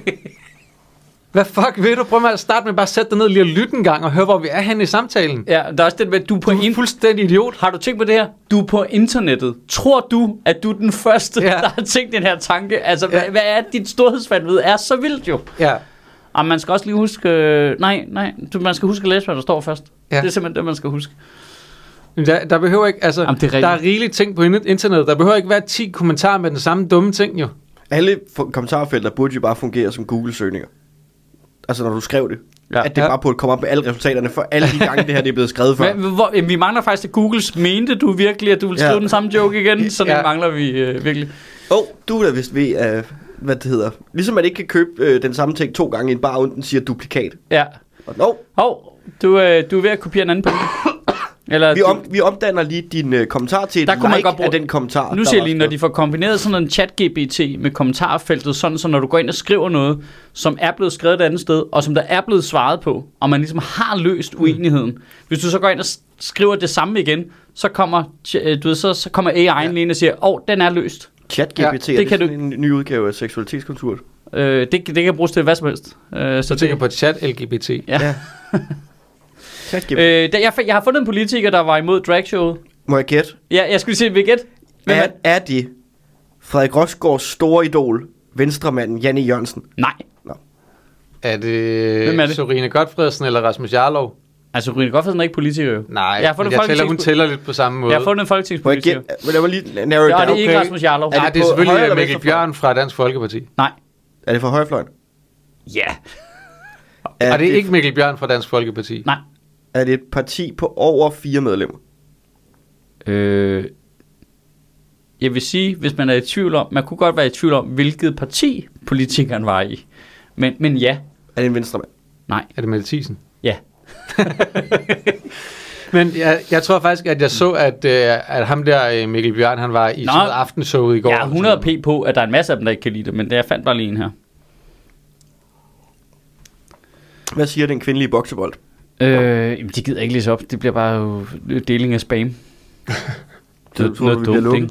Hvad fuck vil du? Prøv at starte med bare at sætte dig ned lige og lytte en gang og høre, hvor vi er henne i samtalen. Ja, der er også det med, du er fuldstændig idiot. Har du tænkt på det her? Du er på internettet. Tror du, at du er den første, der har tænkt den her tanke? Altså, hvad er dit storhedsvandvid? Er så vildt jo. Ja. Og man skal også lige huske... man skal huske at læse, hvad der står først. Ja. Det er simpelthen det, man skal huske. Der behøver ikke... Altså, der er rigeligt ting på internettet. Der behøver ikke være 10 kommentarer med den samme dumme ting, jo. Alle kommentarfelter burde jo bare fungere som Google-søgninger. Altså, når du skrev det. Ja. At det bare burde komme op med alle resultaterne for alle de gange, det her det er blevet skrevet før. Vi mangler faktisk, at Googles mente du virkelig, at du vil skrive den samme joke igen. Så det mangler vi virkelig. Du er da vist ved... hvad det hedder. Ligesom man ikke kan købe den samme ting 2 gange i en bar, uden den siger duplikat. Ja. Du er ved at kopiere en anden på eller vi omdanner lige din kommentar til et like af den kommentar. Nu siger jeg lige, når de får kombineret sådan en chat-GPT med kommentarfeltet, sådan så når du går ind og skriver noget, som er blevet skrevet et andet sted, og som der er blevet svaret på, og man ligesom har løst uenigheden. Hvis du så går ind og skriver det samme igen, så kommer, så kommer AI'en lige ind og siger, den er løst. ChatGPT, det kan en ny udgave af seksualitetskultur. Det kan bruges til hvad som helst. Så tænker på chat-LGBT. Ja. Jeg har fundet en politiker, der var imod dragshowet. Må jeg gætte? Ja, jeg skulle sige, vil gætte? Er det Frederik Rosgaards store idol, venstremanden Janne Jørgensen? Nej. Nå. Er det Sorine Gotfredsen eller Rasmus Jarlov? Altså, Rune Godfredsen er ikke politiker jo. Nej, hun tæller lidt på samme måde. Jeg har fundet en folketingspolitiker. Lad mig lige narrow it down. Det er ikke Rasmus Jarlov. Nej, det er selvfølgelig Mikkel Bjørn fra Dansk Folkeparti. Nej. Er det fra højrefløjen? Ja. Er det ikke Mikkel Bjørn fra Dansk Folkeparti? Nej. Er det et parti på over 4 medlemmer? Jeg vil sige, hvis man er i tvivl om, man kunne godt være i tvivl om, hvilket parti politikeren var i. Men ja. Er det en venstremand? Nej. Er det Mette Thiesen? Ja. Men jeg tror faktisk, at jeg så, at ham der, Mikkel Bjørn, han var i sådan noget aftenshowet i går. Ja, 100p på, at der er en masse af dem, der ikke kan lide det, men jeg fandt bare lige en her. Hvad siger den kvindelige boksebold? Jamen, de gider ikke læse op. Det bliver bare jo deling af spam. Det tror du, vi bliver lukket?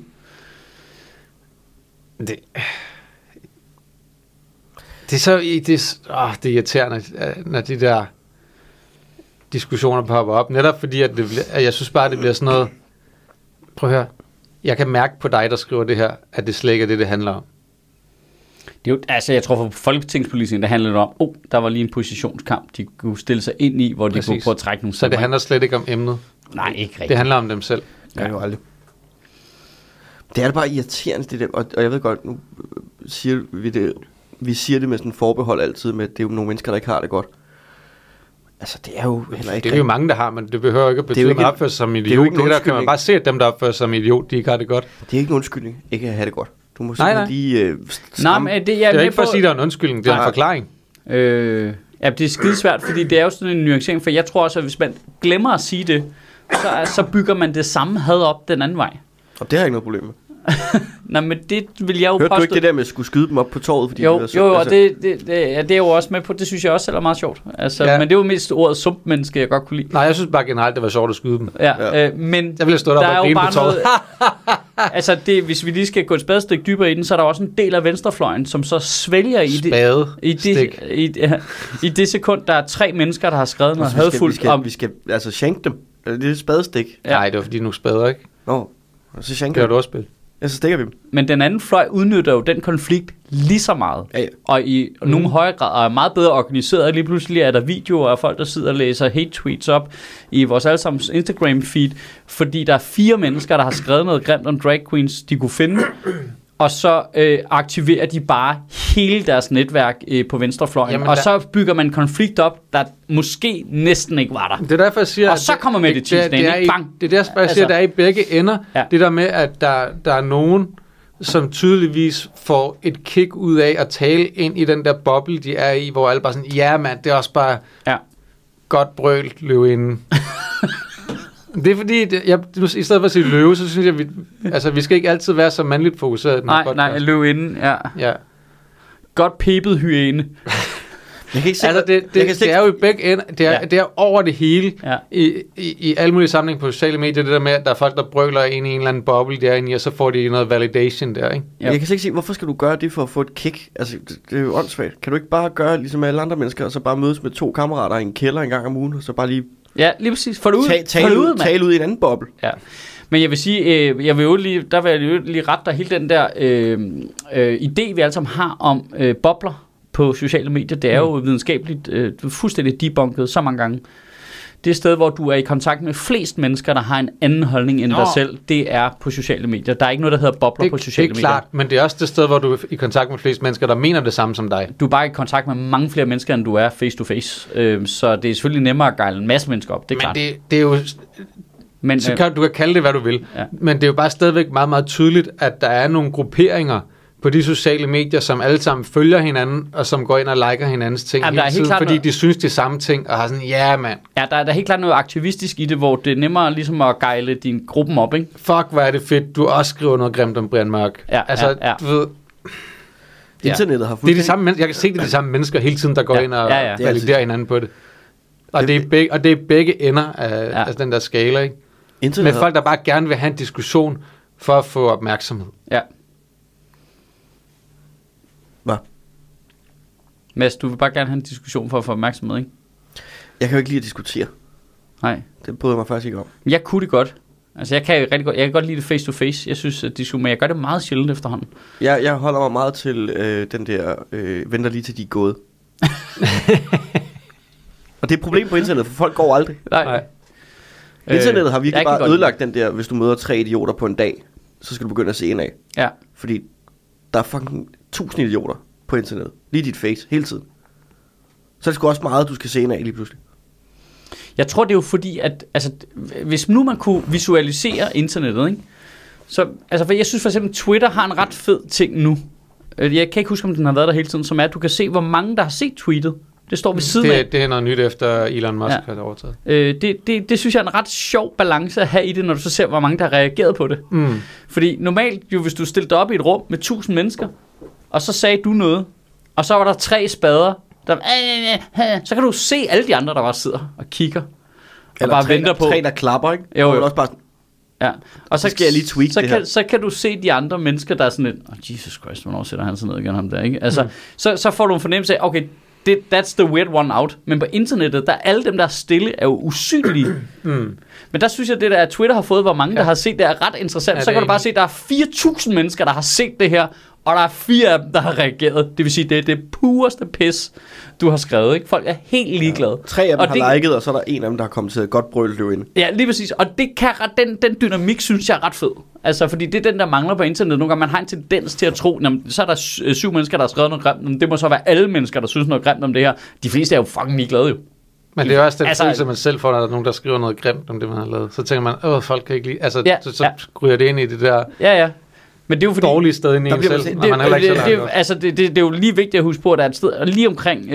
Det er så det er irriterende, når de der diskussioner popper op. Netop fordi, at jeg synes bare, det bliver sådan noget... Prøv at høre. Jeg kan mærke på dig, der skriver det her, at det slet ikke er det handler om. Det er jo, altså, jeg tror for folketingspolitikerne, der handler det om, der var lige en positionskamp, de kunne stille sig ind i, hvor de kunne prøve at trække nogle så det handler slet ikke om emnet? Nej, ikke rigtigt. Det handler om dem selv. Ja, jo aldrig. Det er bare irriterende, det der, og jeg ved godt, nu siger vi det, vi siger det med sådan en forbehold altid, med at det er jo nogle mennesker, der ikke har det godt. Altså, det er jo heller ikke... Det er jo mange, der har, men det behøver ikke at betyde, at man opfører sig som idiot. Det der kan man bare se, at dem, der opfører sig som idiot, de ikke har det godt. Det er ikke en undskyldning, ikke at have det godt. Du må simpelthen lige det er ikke for at sige, at der er en undskyldning, det er en forklaring. Ja, det er skidesvært, fordi det er jo sådan en nuancering, for jeg tror også, at hvis man glemmer at sige det, så bygger man det samme had op den anden vej. Og det har jeg ikke noget problem med. Nej, men det vil jeg jo Hørte du ikke det der med at skulle skyde dem op på torvet? Fordi jo, de var så, jo, og det er jo også med på, det synes jeg også selv er meget sjovt. Altså, ja. Men det er jo mest ordet sumpmenneske, jeg godt kunne lide. Nej, jeg synes bare generelt, det var sjovt at skyde dem. Ja. Men jeg ville stå der og grine på torvet. Altså, hvis vi lige skal gå et spadestik dybere i den, så er der også en del af venstrefløjen, som så svælger i det sekund, der er 3 mennesker, der har skrevet noget hadfuldt om... Vi skal altså skænke dem. Det er et spadestik. Ja. Nej, det var fordi, nu spader, ikke? Nå, så skænker det var du også spil. Ja, så stikker vi dem. Men den anden fløj udnytter jo den konflikt lige så meget. Ja. Og i nogle højere grad er meget bedre organiseret. Lige pludselig er der videoer af folk, der sidder og læser hate tweets op i vores allesammens Instagram feed, fordi der er 4 mennesker, der har skrevet noget grimt om drag queens, de kunne finde. Og så aktiverer de bare hele deres netværk på venstrefløjen. Jamen, og så bygger man en konflikt op, der måske næsten ikke var der. Det er derfor, jeg siger... Og så kommer med det Det er derfor, jeg siger, der er i begge ender. Ja. Det der med, at der er nogen, som tydeligvis får et kick ud af at tale ind i den der boble, de er i, hvor alle bare sådan, ja mand, det er også bare godt brøl, løb inden. Det er fordi, i stedet for at sige løve, så synes jeg, vi skal ikke altid være så mandligt fokuseret. Nej, løve inden, ja. Godt pebet hyæne. Jeg kan ikke se, det er jo i begge ender, det er over det hele, i alle mulige sammenhæng på sociale medier, det der med, at der er folk, der brøler ind i en eller anden boble derinde i, og så får de noget validation der, ikke? Ja. Jeg kan ikke se, hvorfor skal du gøre det for at få et kick? Altså, det er jo åndssvagt. Kan du ikke bare gøre ligesom alle andre mennesker, og så bare mødes med 2 kammerater i en kælder en gang om ugen, og så bare lige... Ja, lige præcis. Få det ud. Tale ud i en anden boble. Ja. Men jeg vil sige, jeg vil jo lige rette dig hele den der idé, vi alle sammen har om bobler på sociale medier. Det er jo videnskabeligt fuldstændig debunket så mange gange. Det sted, hvor du er i kontakt med flest mennesker, der har en anden holdning end dig selv, det er på sociale medier. Der er ikke noget, der hedder bobler på sociale medier. Det er klart, men det er også det sted, hvor du er i kontakt med flest mennesker, der mener det samme som dig. Du er bare i kontakt med mange flere mennesker, end du er face to face. Så det er selvfølgelig nemmere at gejle en masse mennesker op, det er klart. Det er jo... Men, du kan kalde det, hvad du vil. Ja. Men det er jo bare stadigvæk meget, meget tydeligt, at der er nogle grupperinger på de sociale medier, som alle sammen følger hinanden, og som går ind og liker hinandens ting hele tiden, fordi de synes de samme ting, og har sådan, ja mand. Ja, der er helt klart noget aktivistisk i det, hvor det er nemmere ligesom at gejle din gruppen op, ikke? Fuck, hvor er det fedt, du også skriver noget grimt om Brian Mørk. Ja, altså, du ved... Internettet har det er de samme jeg kan se, det er de samme mennesker hele tiden, der går ind og validerer hinanden på det. Og det er begge ender af den der skala, ikke? Med folk, der bare gerne vil have en diskussion for at få opmærksomhed. Ja. Hvad? Mads, du vil bare gerne have en diskussion for at få opmærksomhed, ikke? Jeg kan jo ikke lide at diskutere. Nej. Det bryder mig faktisk ikke om. Jeg kunne det godt. Altså, jeg kan godt lide det face to face. Jeg synes, at men jeg gør det meget sjældent efterhånden. Jeg holder mig meget til den der, venter lige til de er gået. Og det er et problem på internettet, for folk går aldrig. Nej. Internettet har virkelig bare ødelagt den der, hvis du møder 3 idioter på en dag, så skal du begynde at se en af. Ja. Fordi der er fucking 1000 idioter på internettet. Lige dit face, hele tiden. Så er det sgu også meget, du skal se en af lige pludselig. Jeg tror, det er jo fordi, at altså, hvis nu man kunne visualisere internettet, ikke? Så, altså, for jeg synes for eksempel, Twitter har en ret fed ting nu. Jeg kan ikke huske, om den har været der hele tiden, som er, at du kan se, hvor mange, der har set tweetet. Det står ved siden af. Det er noget nyt efter Elon Musk har overtaget. Det synes jeg er en ret sjov balance at have i det, når du så ser, hvor mange, der har reageret på det. Fordi normalt, jo, hvis du stillede dig op i et rum med 1000 mennesker, og så sagde du noget, og så var der 3 spader, så kan du se alle de andre, der bare sidder og kigger. Og Eller bare venter på. 3, der klapper, ikke? Jo. Og også bare sådan, Ja. Og så skal jeg lige tweak det her. Så kan du se de andre mennesker, der er sådan lidt, Jesus Christ, hvornår sætter han sig ned igen ham der, ikke? Altså, så får du en fornemmelse af, okay, that's the weird one out. Men på internettet, der alle dem, der er stille, er jo usynlige. Men der synes jeg, det der, at Twitter har fået, hvor mange, der har set det, er ret interessant. Så kan du bare se, at der er 4.000 mennesker, der har set det her, og der er 4 af dem, der har reageret. Det vil sige, det er det pureste pis, du har skrevet, ikke? Folk er helt ligeglade. 3 af dem har liket, og så er der en af dem, der har kommet til et godt brøl ind. Ja, lige præcis. Og det kan, den dynamik, synes jeg er ret fed. Altså, fordi det er den, der mangler på internettet. Nogle gange man har en tendens til at tro, så er der 7 mennesker, der har skrevet noget grimt. Det må så være alle mennesker, der synes noget grimt om det her. De fleste er jo fucking ligeglade jo. Men det er også den følelse, man selv får, når der er nogen, der skriver noget grimt om det, man har lavet. Så tænker man, folk kan ikke lide. Altså, så ryger det ind i det der... Ja. Men det er jo fordi, dårlige sted inde i en selv, når man heller ikke selv det er jo lige vigtigt at huske på, at der er et sted, og lige omkring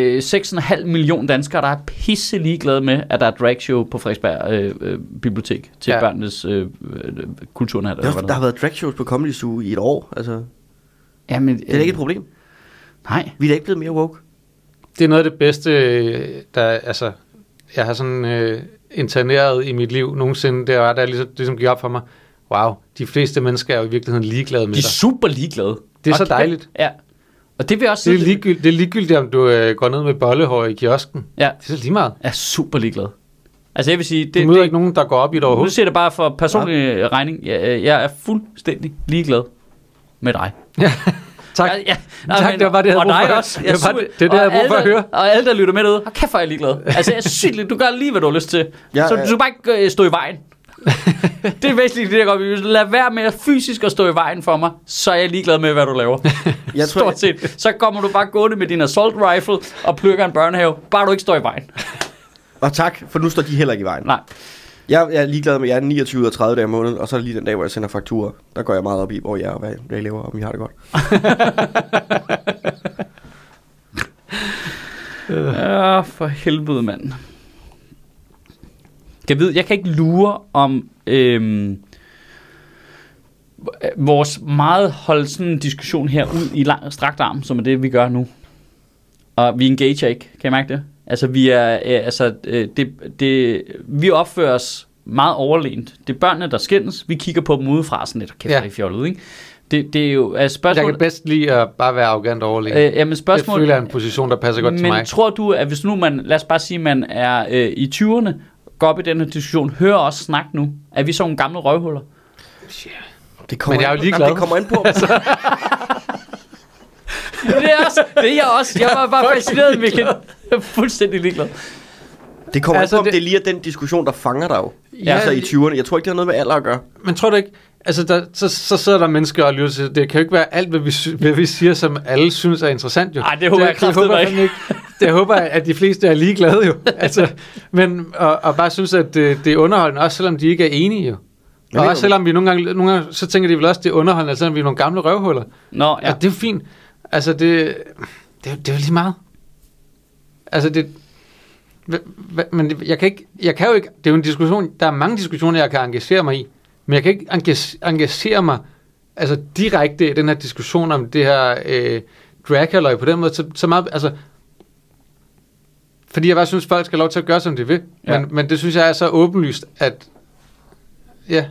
6,5 millioner danskere, der er pisse ligeglade med, at der er dragshow på Frederiksberg Bibliotek til børnenes kulturnat. Der har været dragshows på Comedy Zoo i et år, altså. Jamen, det er da ikke et problem. Nej. Vi er da ikke blevet mere woke. Det er noget af det bedste, der, altså, jeg har sådan interneret i mit liv nogensinde, det var, der ligesom gik op for mig. Wow, de fleste mennesker er jo i virkeligheden ligeglade med dig. De er super ligeglade. Det er så dejligt. Ja. Og det vil også det er ligegyldigt, om du går ned med bollehår i kiosken. Ja. Det er så lige meget. Jeg er super ligeglad. Altså jeg vil sige... Du møder ikke nogen, der går op i det overhovedet. Nu siger det bare for personlig regning. Jeg er fuldstændig ligeglad med dig. Ja. Tak. Tak, det var bare det, jeg havde brug for. Det er det, jeg havde brug for at høre. Og alle, der lytter med derude, kæft, hvor er jeg ligeglad. Altså, jeg er sygt, du gør lige, hvad du har lyst til. Så du skal bare ikke stå i vejen. Det er væsentligt, det jeg godt vil. Lad være med at fysisk at stå i vejen for mig, så er jeg ligeglad med, hvad du laver. Stort set. Så kommer du bare gående med din assault rifle og plukker en børnehave, bare du ikke står i vejen. Og tak, for nu står de heller ikke i vejen. Nej. Jeg er ligeglad med, at jeg er 29 ud af 30 dage om måneden, og så er det lige den dag, hvor jeg sender fakturer. Der går jeg meget op i, hvor jeg er, og hvad jeg laver, om I har det godt. Ja, for helvede, mand. Jeg kan ikke lure om vores meget holde sådan en diskussion her ud i strakt arm, som er det, vi gør nu. Og vi engager ikke, kan I mærke det? Altså, vi er, vi opfører os meget overlegent. Det er børnene, der skændes. Vi kigger på dem udefra sådan lidt. Kæft, det er fjollet, ikke? Det er jo spørgsmål. Jeg kan bedst lide at bare være arrogant overlegen. Jamen spørgsmål. Det føler jeg en position, der passer godt til mig. Men tror du, at hvis nu lad os bare sige, man er i 20'erne, går op i den her diskussion, hører os snak nu, er vi så nogle gamle røvhuller? Yeah. Men jeg er jo ligeglad. Det kommer ind på. Det er jeg også. Jeg var bare fascineret, Mikkel. Jeg er fuldstændig ligeglad. Det kommer altså, det er lige den diskussion, der fanger dig jo. Ja, altså i 20'erne. Jeg tror ikke, det har noget med alder at gøre. Men tror du ikke, altså så sidder der mennesker og lytter til, det kan jo ikke være alt, hvad vi siger, som alle synes er interessant jo. Nej, det håber jeg kraftedeme ikke. Det håber jeg, at de fleste er ligeglade jo. Altså, men, og bare synes, at det er underholdende, også selvom de ikke er enige jo. Og også selvom vi nogle gange, så tænker de vel også, det er underholdende, selvom vi er nogle gamle røvhuller. Nå, ja. Og det er jo fint. Altså, det er jo lige meget. Altså, men jeg kan jo ikke, det er jo en diskussion, der er mange diskussioner, jeg kan engagere mig i, men jeg kan ikke engagere mig, altså direkte i den her diskussion om det her drag-halløj på den måde, så meget, altså, fordi jeg bare synes, folk skal have lov til at gøre, som de vil, men det synes jeg er så åbenlyst, at, ja,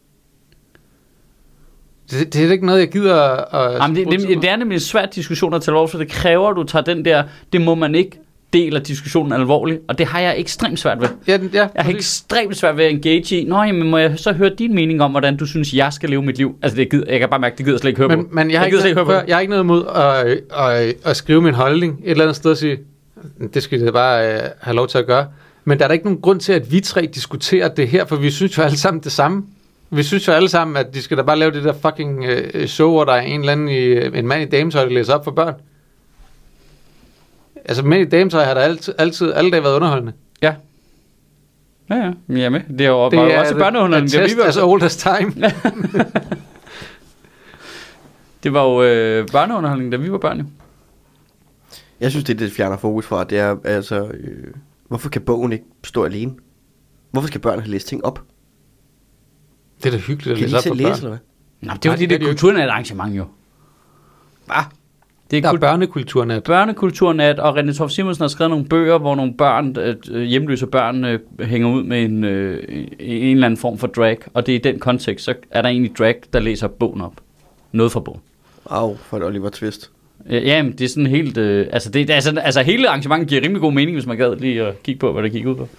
det er ikke noget, jeg gider at... Jamen, det er nemlig en svær diskussion at tage lov, så det kræver, at du tager den der, det må man ikke, del af diskussionen alvorligt, og det har jeg ekstremt svært ved. Ja, jeg har ekstremt svært ved at engage i, jamen må jeg så høre din mening om, hvordan du synes, jeg skal leve mit liv? Altså, jeg kan bare mærke, det gider slet ikke høre på. Men jeg har ikke noget imod at skrive min holdning et eller andet sted og sige, det skal jeg bare have lov til at gøre. Men der er da ikke nogen grund til, at vi 3 diskuterer det her, for vi synes jo alle sammen det samme. Vi synes jo alle sammen, at de skal da bare lave det der fucking show, hvor der er en eller anden en mand i dametøj, der læser op for børn. Altså, mænd i dametøj har der altid alle dage været underholdende. Ja. Ja, jeg er med. Det er jo også børneunderholdning. Det er test as old as time. Det var jo børneunderholdning, da vi var børn. Jeg synes, det fjerner fokus fra, det er altså, hvorfor kan bogen ikke stå alene? Hvorfor skal børn have læst ting op? Det er da hyggeligt at læse op for børn. Eller hvad? Nå, det var det kulturen af et arrangement jo. Hvad? Det Der er børnekulturnat. Børnekulturnat, og René Torff Simonsen har skrevet nogle bøger, hvor nogle børn, hjemløse børn, hænger ud med en eller anden form for drag, og det er i den kontekst, så er der egentlig drag, der læser bogen op. Noget fra bogen. For et Oliver Twist. Jamen, det er sådan helt... altså hele arrangementet giver rimelig god mening, hvis man gad lige at kigge på, hvad det gik ud på.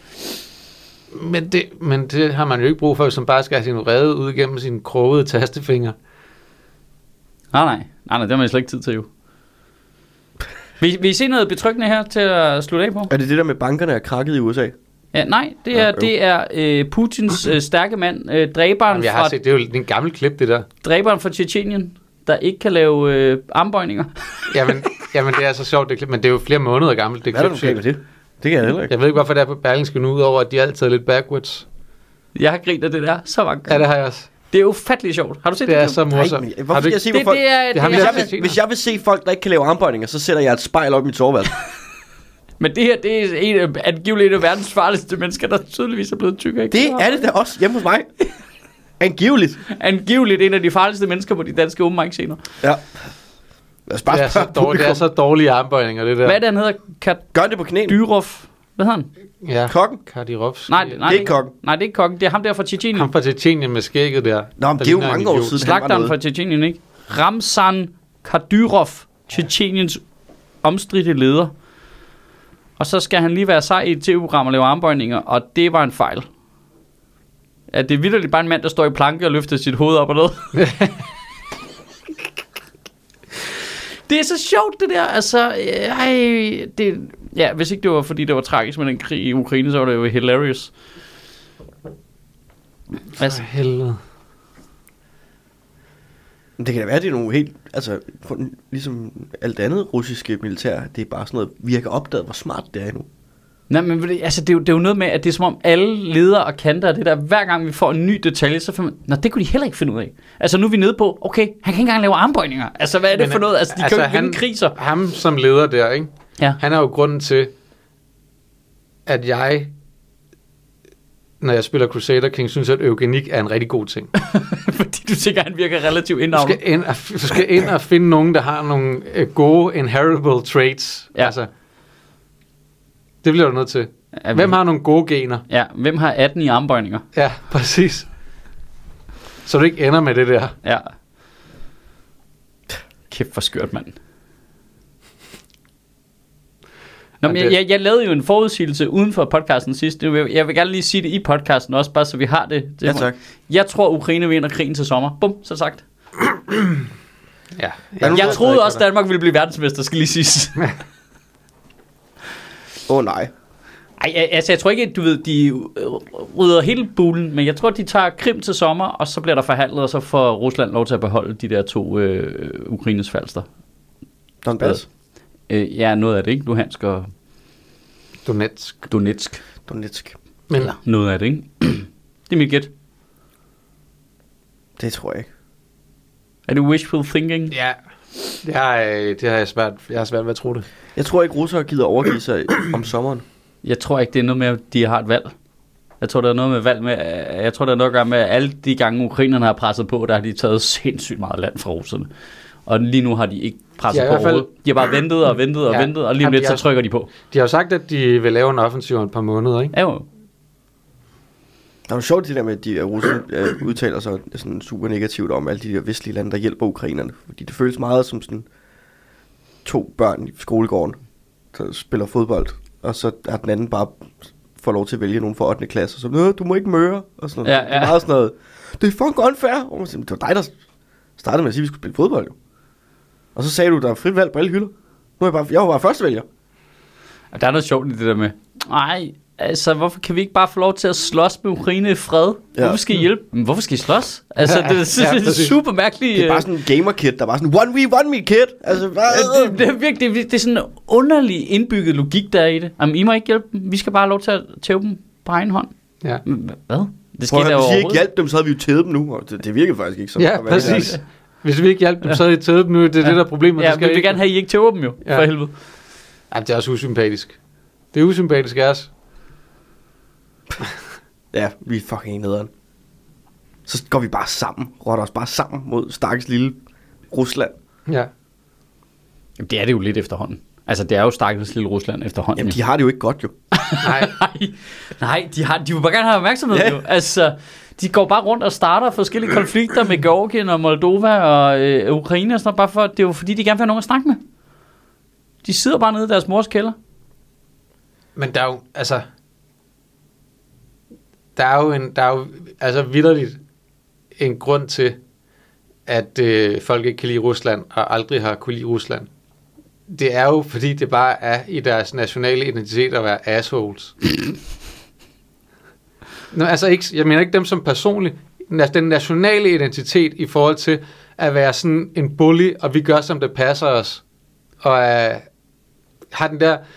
Men det har man jo ikke brug for, hvis man bare skal have sin vrede ud gennem sine krogede tastefinger. Nej, det har man slet ikke tid til jo. Vil I se noget betryggende her til at slutte af på? Er det det der med bankerne er krakket i USA? Ja, nej, det er Putins stærke mand, dræberen jeg har set, det er jo en gammel klip, det der. Dræberen fra Tjetjenien, der ikke kan lave armbøjninger. jamen, det er så sjovt, det klip, men det er jo flere måneder gammelt. Det hvad er der nu det? Det kan jeg heller ikke. Jeg ved ikke, hvorfor det er på Berlingske nu, udover at de altid er lidt backwards. Jeg har grint af det der så mange gange. Ja, det har jeg også. Det er ufatteligt sjovt. Har du set det? Det er så morsomt. Hvorfor skal jeg se, hvor folk... Hvis jeg vil se folk, der ikke kan lave armbøjninger, så sætter jeg et spejl op i mit soveværelse. Men det her, det er angiveligt en af verdens farligste mennesker, der tydeligvis er blevet tykke. Ikke? Det er det da også hjemme hos mig. Angiveligt en af de farligste mennesker på de danske open mic scener. Ja. Det er så dårlige armbøjninger, det der. Hvad er det, han hedder? Gør det på knæene. Dyrov. Hvad hedder han? Ja. Kokken? Kadyrovs. Nej, det er ikke kokken. Nej, det er ikke kokken. Det er ham der fra Tjetjenien. Ham fra Tjetjenien med skægget der. Nå, men det er jo mange år siden. Slagteren fra Tjetjenien, ikke? Ramzan Kadyrov, Tjetjeniens omstridte leder. Og så skal han lige være sej i et tv-program og lave armbøjninger, og det var en fejl. Ja, det er vitterligt bare en mand, der står i planke og løfter sit hoved op og ned. Det er så sjovt, det der. Altså, hvis ikke det var, fordi det var tragisk med den krig i Ukraine, så var det jo hilarious. Altså, helvede. Det kan da være, det er nogle helt... Altså, ligesom alt andet russiske militær, det er bare sådan noget... Vi har ikke opdaget, hvor smart det er nu. Nej, men altså, det er jo noget med, at det er som om alle ledere og kanter, det der, hver gang vi får en ny detalje, så finder man, det kunne de heller ikke finde ud af. Altså, nu er vi nede på, okay, han kan ikke engang lave armbøjninger. Altså, hvad er det for noget? Altså, de kan jo ikke vinde kriser. Ham som leder der, ikke? Ja. Han er jo grunden til, at jeg, når jeg spiller Crusader King, synes, at eugenik er en rigtig god ting. Fordi du tænker, at han virker relativt indavlet. Du skal ind og finde nogen, der har nogle gode inheritable traits. Ja. Altså, det bliver du nødt til. Hvem har nogle gode gener? Ja, hvem har 18 i armbøjninger? Ja, præcis. Så du ikke ender med det der. Ja. Kæft for skørt, mand. Nå, men jeg lavede jo en forudsigelse uden for podcasten sidst. Jeg vil gerne lige sige det i podcasten også, bare så vi har det. Ja, tak. Jeg tror, Ukraine vinder krigen til sommer. Bum, så sagt. Ja. Jeg troede også, Danmark ville blive verdensmester, skal lige siges. Nej. Ej, altså jeg tror ikke, du ved, de rydder hele bulen, men jeg tror, de tager Krim til sommer, og så bliver der forhandlet, og så får Rusland lov til at beholde de der 2 Ukraines falster. Donbass? Ja, noget af det, ikke? Luhansk og Donetsk. Men noget af det, ikke? Det er mit gæt. Det tror jeg ikke. Er det wishful thinking? Ja. Det har jeg svært ved at tro det. Jeg tror ikke, russere gider overgive sig om sommeren. Jeg tror ikke, det er noget med, at de har et valg. Jeg tror, der er noget med valg med... Jeg tror, der er noget at gøre med, at alle de gange, ukrainerne har presset på, der har de taget sindssygt meget land fra russerne. Og lige nu har de ikke presset på overhovedet. De har bare ventet og ventet, og lige om lidt, så trykker de på. De har jo sagt, at de vil lave en offensiv et par måneder, ikke? Ja, jo. Det er jo sjovt det der med, at de russerne udtaler sig sådan super negativt om alle de der vestlige lande, der hjælper ukrainerne. Fordi det føles meget som sådan 2 børn i skolegården, der spiller fodbold, og så er den anden bare får lov til at vælge nogen fra 8. klasse, og så du må ikke møre, og sådan noget. Ja. Det er meget sådan noget, det er fucking unfair. Og man siger, det var dig, der startede med at sige, at vi skulle spille fodbold, jo. Og så sagde du, der er frit valg på alle hylder. Nu er jeg var bare førstevælger. Der er noget sjovt i det der med, nej, altså hvorfor kan vi ikke bare få lov til at slås med Ukraine i fred? Ja. Hvorfor skal I hjælpe dem? Hvorfor skal I slås? Altså det er super mærkeligt. Det er bare sådan en gamer-kid, der er bare sådan, 1v1 me kid. Altså, det er virkelig, det er sådan en underlig indbygget logik, der er i det. Jamen, I må ikke hjælpe dem. Vi skal bare have lov til at tæve dem på egen hånd. Ja. Hvad? Det skete hvis I ikke hjalp dem, så havde vi jo tævet dem nu. Og det virker faktisk ikke sådan. Ja, præcis. Hvis vi ikke hjalp dem, så havde I tævet dem nu. Det er det, der er problemet. Ja, vi vil gerne have, at I ikke tæver dem jo. For helvede. Ja, det er også usympatisk. Det er usympatisk af os. Ja, vi er fucking nederen. Så går vi bare sammen. Rotter os bare sammen mod stakkels lille Rusland. Ja. Jamen, det er det jo lidt efterhånden. Altså, det er jo stakkels lille Rusland efterhånden. Jamen, de har det jo ikke godt, jo. Nej, de vil bare gerne have opmærksomhed, jo. Altså, de går bare rundt og starter forskellige konflikter med Georgien og Moldova og Ukraine og sådan noget, bare for, det er jo fordi, de gerne vil have nogen at snakke med. De sidder bare nede i deres mors kælder. Men der er jo, altså... Der er jo altså vitterligt en grund til, at folk ikke kan lide Rusland, og aldrig har kunne lide Rusland. Det er jo, fordi det bare er i deres nationale identitet at være assholes. Nå, altså ikke, jeg mener ikke dem som personligt. Den nationale identitet i forhold til at være sådan en bully, og vi gør, som det passer os. Og har den der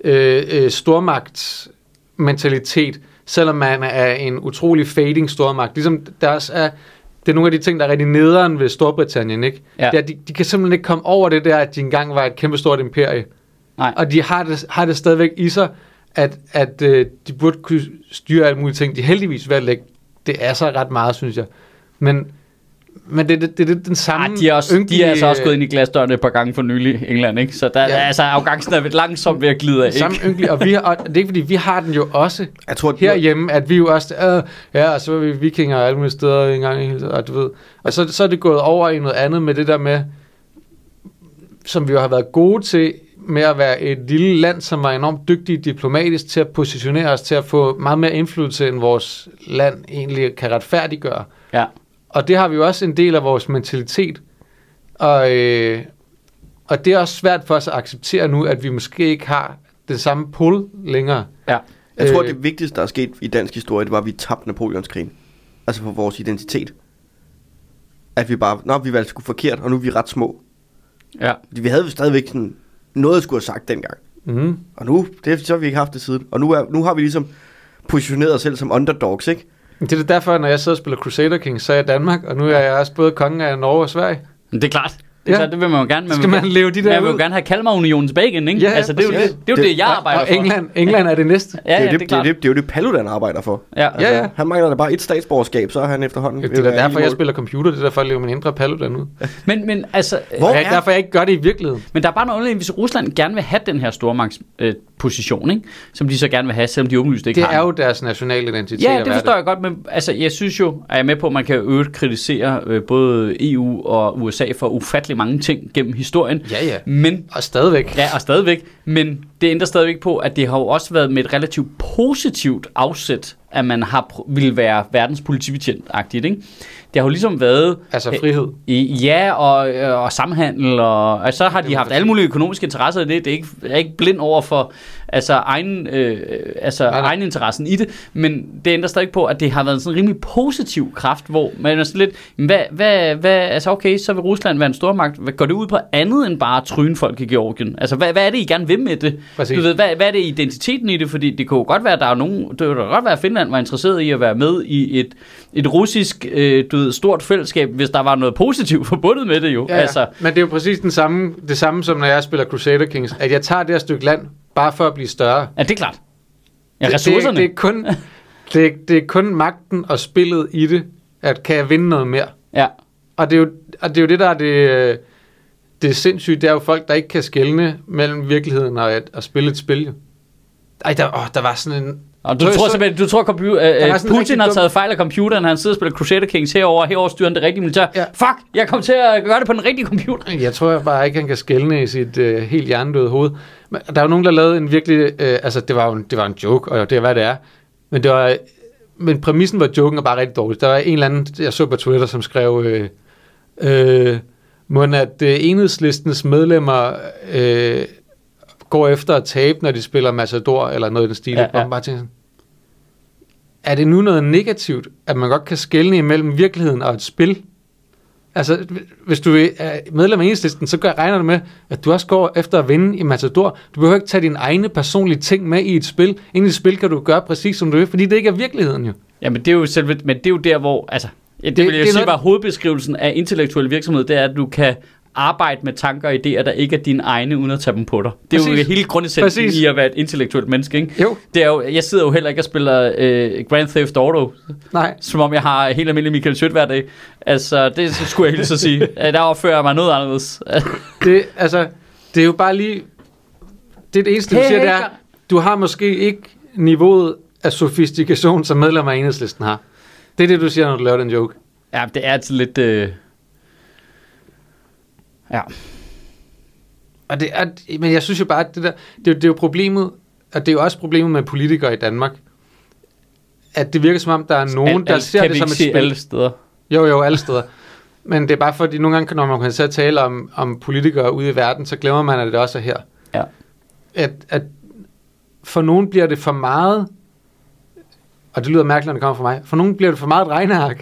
stormagtsmentalitet, selvom man er en utrolig fading stormagt. Ligesom der er... Det er nogle af de ting, der er rigtig nederen ved Storbritannien, ikke? Ja. Det er, de kan simpelthen ikke komme over det der, at de engang var et kæmpestort imperie. Nej. Og de har det stadigvæk i sig, at de burde kunne styre alle mulige ting. De heldigvis ved at lægge det af sig ret meget, synes jeg. Men det er den samme... de er altså også gået ind i glasdøren et par gange for nylig, England, ikke? Så der altså afgangsen er langsomt ved at glide af, ikke? Samme ynkelig, og det er ikke fordi, vi har den jo også herhjemme, at vi jo også... og så var vi vikinger og alle mulige steder engang, og du ved. Og så er det gået over i noget andet med det der med, som vi jo har været gode til, med at være et lille land, som var enormt dygtige diplomatisk til at positionere os, til at få meget mere indflydelse, end vores land egentlig kan retfærdiggøre. Ja. Og det har vi jo også en del af vores mentalitet. Og det er også svært for os at acceptere nu, at vi måske ikke har den samme pull længere. Ja. Jeg tror, det vigtigste, der er sket i dansk historie, det var, at vi tabte Napoleonskrigen. Altså for vores identitet. At vi bare, vi valgte sgu forkert, og nu er vi ret små. Ja. Vi havde jo stadigvæk sådan noget, jeg skulle have sagt dengang. Mm. Og nu, så har vi ikke haft det siden. Og nu har vi ligesom positioneret os selv som underdogs, ikke? Det er derfor, når jeg sidder og spiller Crusader Kings, så er jeg Danmark, og nu er jeg også både konge af Norge og Sverige. Men det er klart. Det vil man jo gerne. Skal man leve de der man vil jo gerne have Kalmarunionen tilbage igen, ikke? Ja, altså, det er jo det, jeg arbejder og for. England er det næste. Ja, det er jo det, Paludan arbejder for. Ja. Altså, ja. Han mangler da bare et statsborgerskab, så er han efterhånden... Det er derfor, jeg spiller computer. Det er derfor, jeg lever min indre Paludan ud. Men altså... Derfor jeg ikke gør det i virkeligheden. Men der er bare noget underligt, hvis Rusland gerne vil have den her stormagtsposition, ikke? Som de så gerne vil have, selvom de åbenlyst ikke har. Det er jo deres nationale identitet. Ja, det forstår jeg godt, men altså, jeg synes jo, at jeg er med på, at man kan øvrigt kritisere både EU og USA for ufattelig mange ting gennem historien. Ja. Men, og stadigvæk. Ja, og stadigvæk. Men det ændrer stadigvæk på, at det har jo også været med et relativt positivt afsæt, at man ville være verdens politibetjent-agtigt, ikke? Det har jo ligesom været... Altså frihed. Ja, og samhandel, og så har de haft alle mulige økonomiske interesser i det. Det er ikke blind over for egeninteressen i det, men det ændrer stadig på, at det har været en sådan rimelig positiv kraft, hvor man er sådan lidt, altså okay, så vil Rusland være en stormagt. Hvad går det ud på andet end bare at tryne folk i Georgien? Altså, hvad er det, I gerne vil med det? Præcis. Du ved, hvad er det identiteten i det? Fordi det kunne godt være, at der er nogen, det kunne godt være, at Finland var interesseret i at være med i et russisk, stort fællesskab, hvis der var noget positivt forbundet med det jo. Ja. Altså. Men det er jo præcis det samme, som når jeg spiller Crusader Kings, at jeg tager det her stykke land, bare for at blive større. Ja, det er klart. Ja, ressourcerne. Det er kun magten og spillet i det, at kan jeg vinde noget mere. Ja. Og det er jo det, der er det er sindssygt. Det er jo folk, der ikke kan skelne mellem virkeligheden og at spille et spil. Ej, der var sådan en... Og du tror Putin har taget fejl af computeren, han sidder og spiller Crusader Kings herover styrer han det rigtige militær. Ja. Fuck, jeg kom til at gøre det på den rigtige computer. Jeg tror bare ikke, han kan skelne i sit helt hjernedøde hoved. Men der er jo nogen, der lavede en virkelig... altså, det var en joke, og det er, hvad det er. Men præmissen var joken og bare rigtig dårligt. Der var en eller anden, jeg så på Twitter, som skrev... at Enhedslistens medlemmer... går efter at tabe, når de spiller Matador, eller noget i den stil. Ja. Bare tænker sådan, er det nu noget negativt, at man godt kan skelne imellem virkeligheden og et spil? Altså, hvis du er medlem af Enhedslisten, så regner du med, at du også går efter at vinde i Matador. Du behøver ikke tage dine egne personlige ting med i et spil. Inden i et spil kan du gøre præcis som du vil, fordi det ikke er virkeligheden jo. Ja, men det er jo der, hvor... Altså, det vil jeg sige, var hovedbeskrivelsen af intellektuel virksomhed, det er, at du kan arbejde med tanker og idéer, der ikke er dine egne, uden at tage dem på dig. Det er jo hele grundessensen i at være et intellektuelt menneske, ikke? Jo. Det er jo, jeg sidder jo heller ikke og spiller Grand Theft Auto, som om jeg har helt almindelig Michael Schødt hver dag. Altså, det skulle jeg hilse at sige. Der opfører jeg mig noget anderledes. Det er jo bare lige... Det eneste, du siger, det er, du har måske ikke niveauet af sofistikation, som medlemmer af Enhedslisten har. Det er det, du siger, når du laver den joke. Ja, det er altid lidt... Ja. Og det er, men jeg synes jo bare, at det er jo problemet, og det er jo også problemet med politikere i Danmark, at det virker som om, der er nogen, der ser det som et spil. Alle steder. Jo, alle steder. Men det er bare fordi, nogle gange, når man kan så tale om politikere ude i verden, så glemmer man, at det også er her. Ja. At for nogen bliver det for meget, og det lyder mærkeligt, når det kommer fra mig, for nogen bliver det for meget et regneark.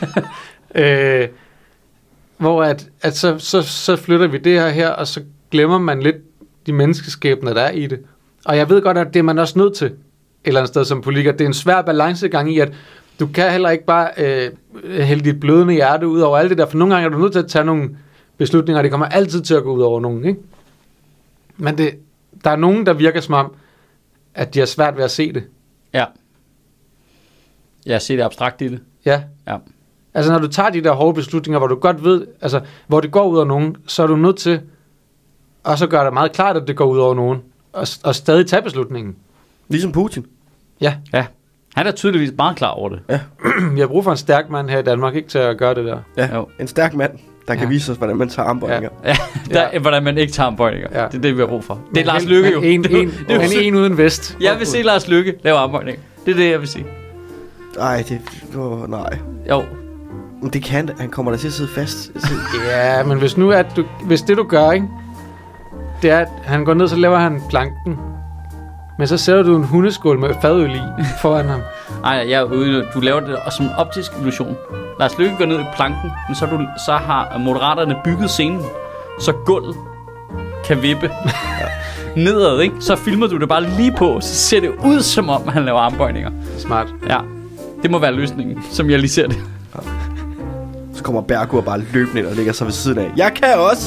Hvor at så flytter vi det her, og så glemmer man lidt de menneskeskæbner, der er i det. Og jeg ved godt, at det er man også nødt til et eller andet sted som politiker. Det er en svær balancegang i, at du kan heller ikke bare hælde dit blødende hjerte ud over alt det der, for nogle gange er du nødt til at tage nogle beslutninger, og det kommer altid til at gå ud over nogen, ikke? Men der er nogen, der virker som om, at de har svært ved at se det. Ja. Jeg ser det abstrakt i det. Ja. Ja. Altså når du tager de der hårde beslutninger, hvor du godt ved, altså hvor det går ud over nogen, så er du nødt til at så gøre det meget klart, at det går ud over nogen, og stadig tage beslutningen. Ligesom Putin. Ja. Ja. Han er tydeligvis meget klar over det. Ja. Vi har brug for en stærk mand her i Danmark, ikke til at gøre det der. Ja, Jo. en stærk mand, der kan vise os, hvordan man tager armbøjninger. Ja. Hvordan man ikke tager armbøjninger. Ja. Det er det, vi har brug for. Det er Lars Løkke jo. En uden vest. Jeg vil se Lars Løkke lave armbøjninger. Det er det, jeg vil sige. Nej, nej. Jo. Men det kan han kommer da til at sidde fast. Ja, men hvis det du gør, ikke, det er, at han går ned, så laver han planken. Men så sætter du en hundeskål med fadøl i foran ham. Nej, du laver det som en optisk illusion. Lars Løkke går ned i planken, men så har Moderaterne bygget scenen, så gulvet kan vippe nedad, ikke? Så filmer du det bare lige på, så ser det ud som om, han laver armbøjninger. Smart. Ja, det må være løsningen, som jeg lige ser det. Så kommer Bergur bare løbende ind og ligger sig ved siden af. Jeg kan også!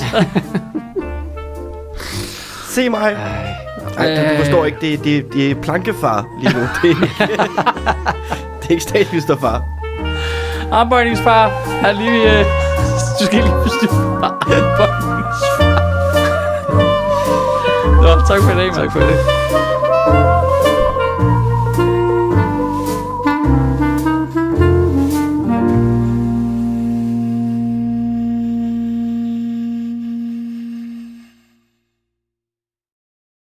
Se mig! Ej, du forstår ikke, det er plankefar lige nu. Det er ikke statsministerfar. Armbøjningsfar, her lige... du skal lige forstyrre armbøjningsfar. Nå, tak for i dag, man. Tak for det.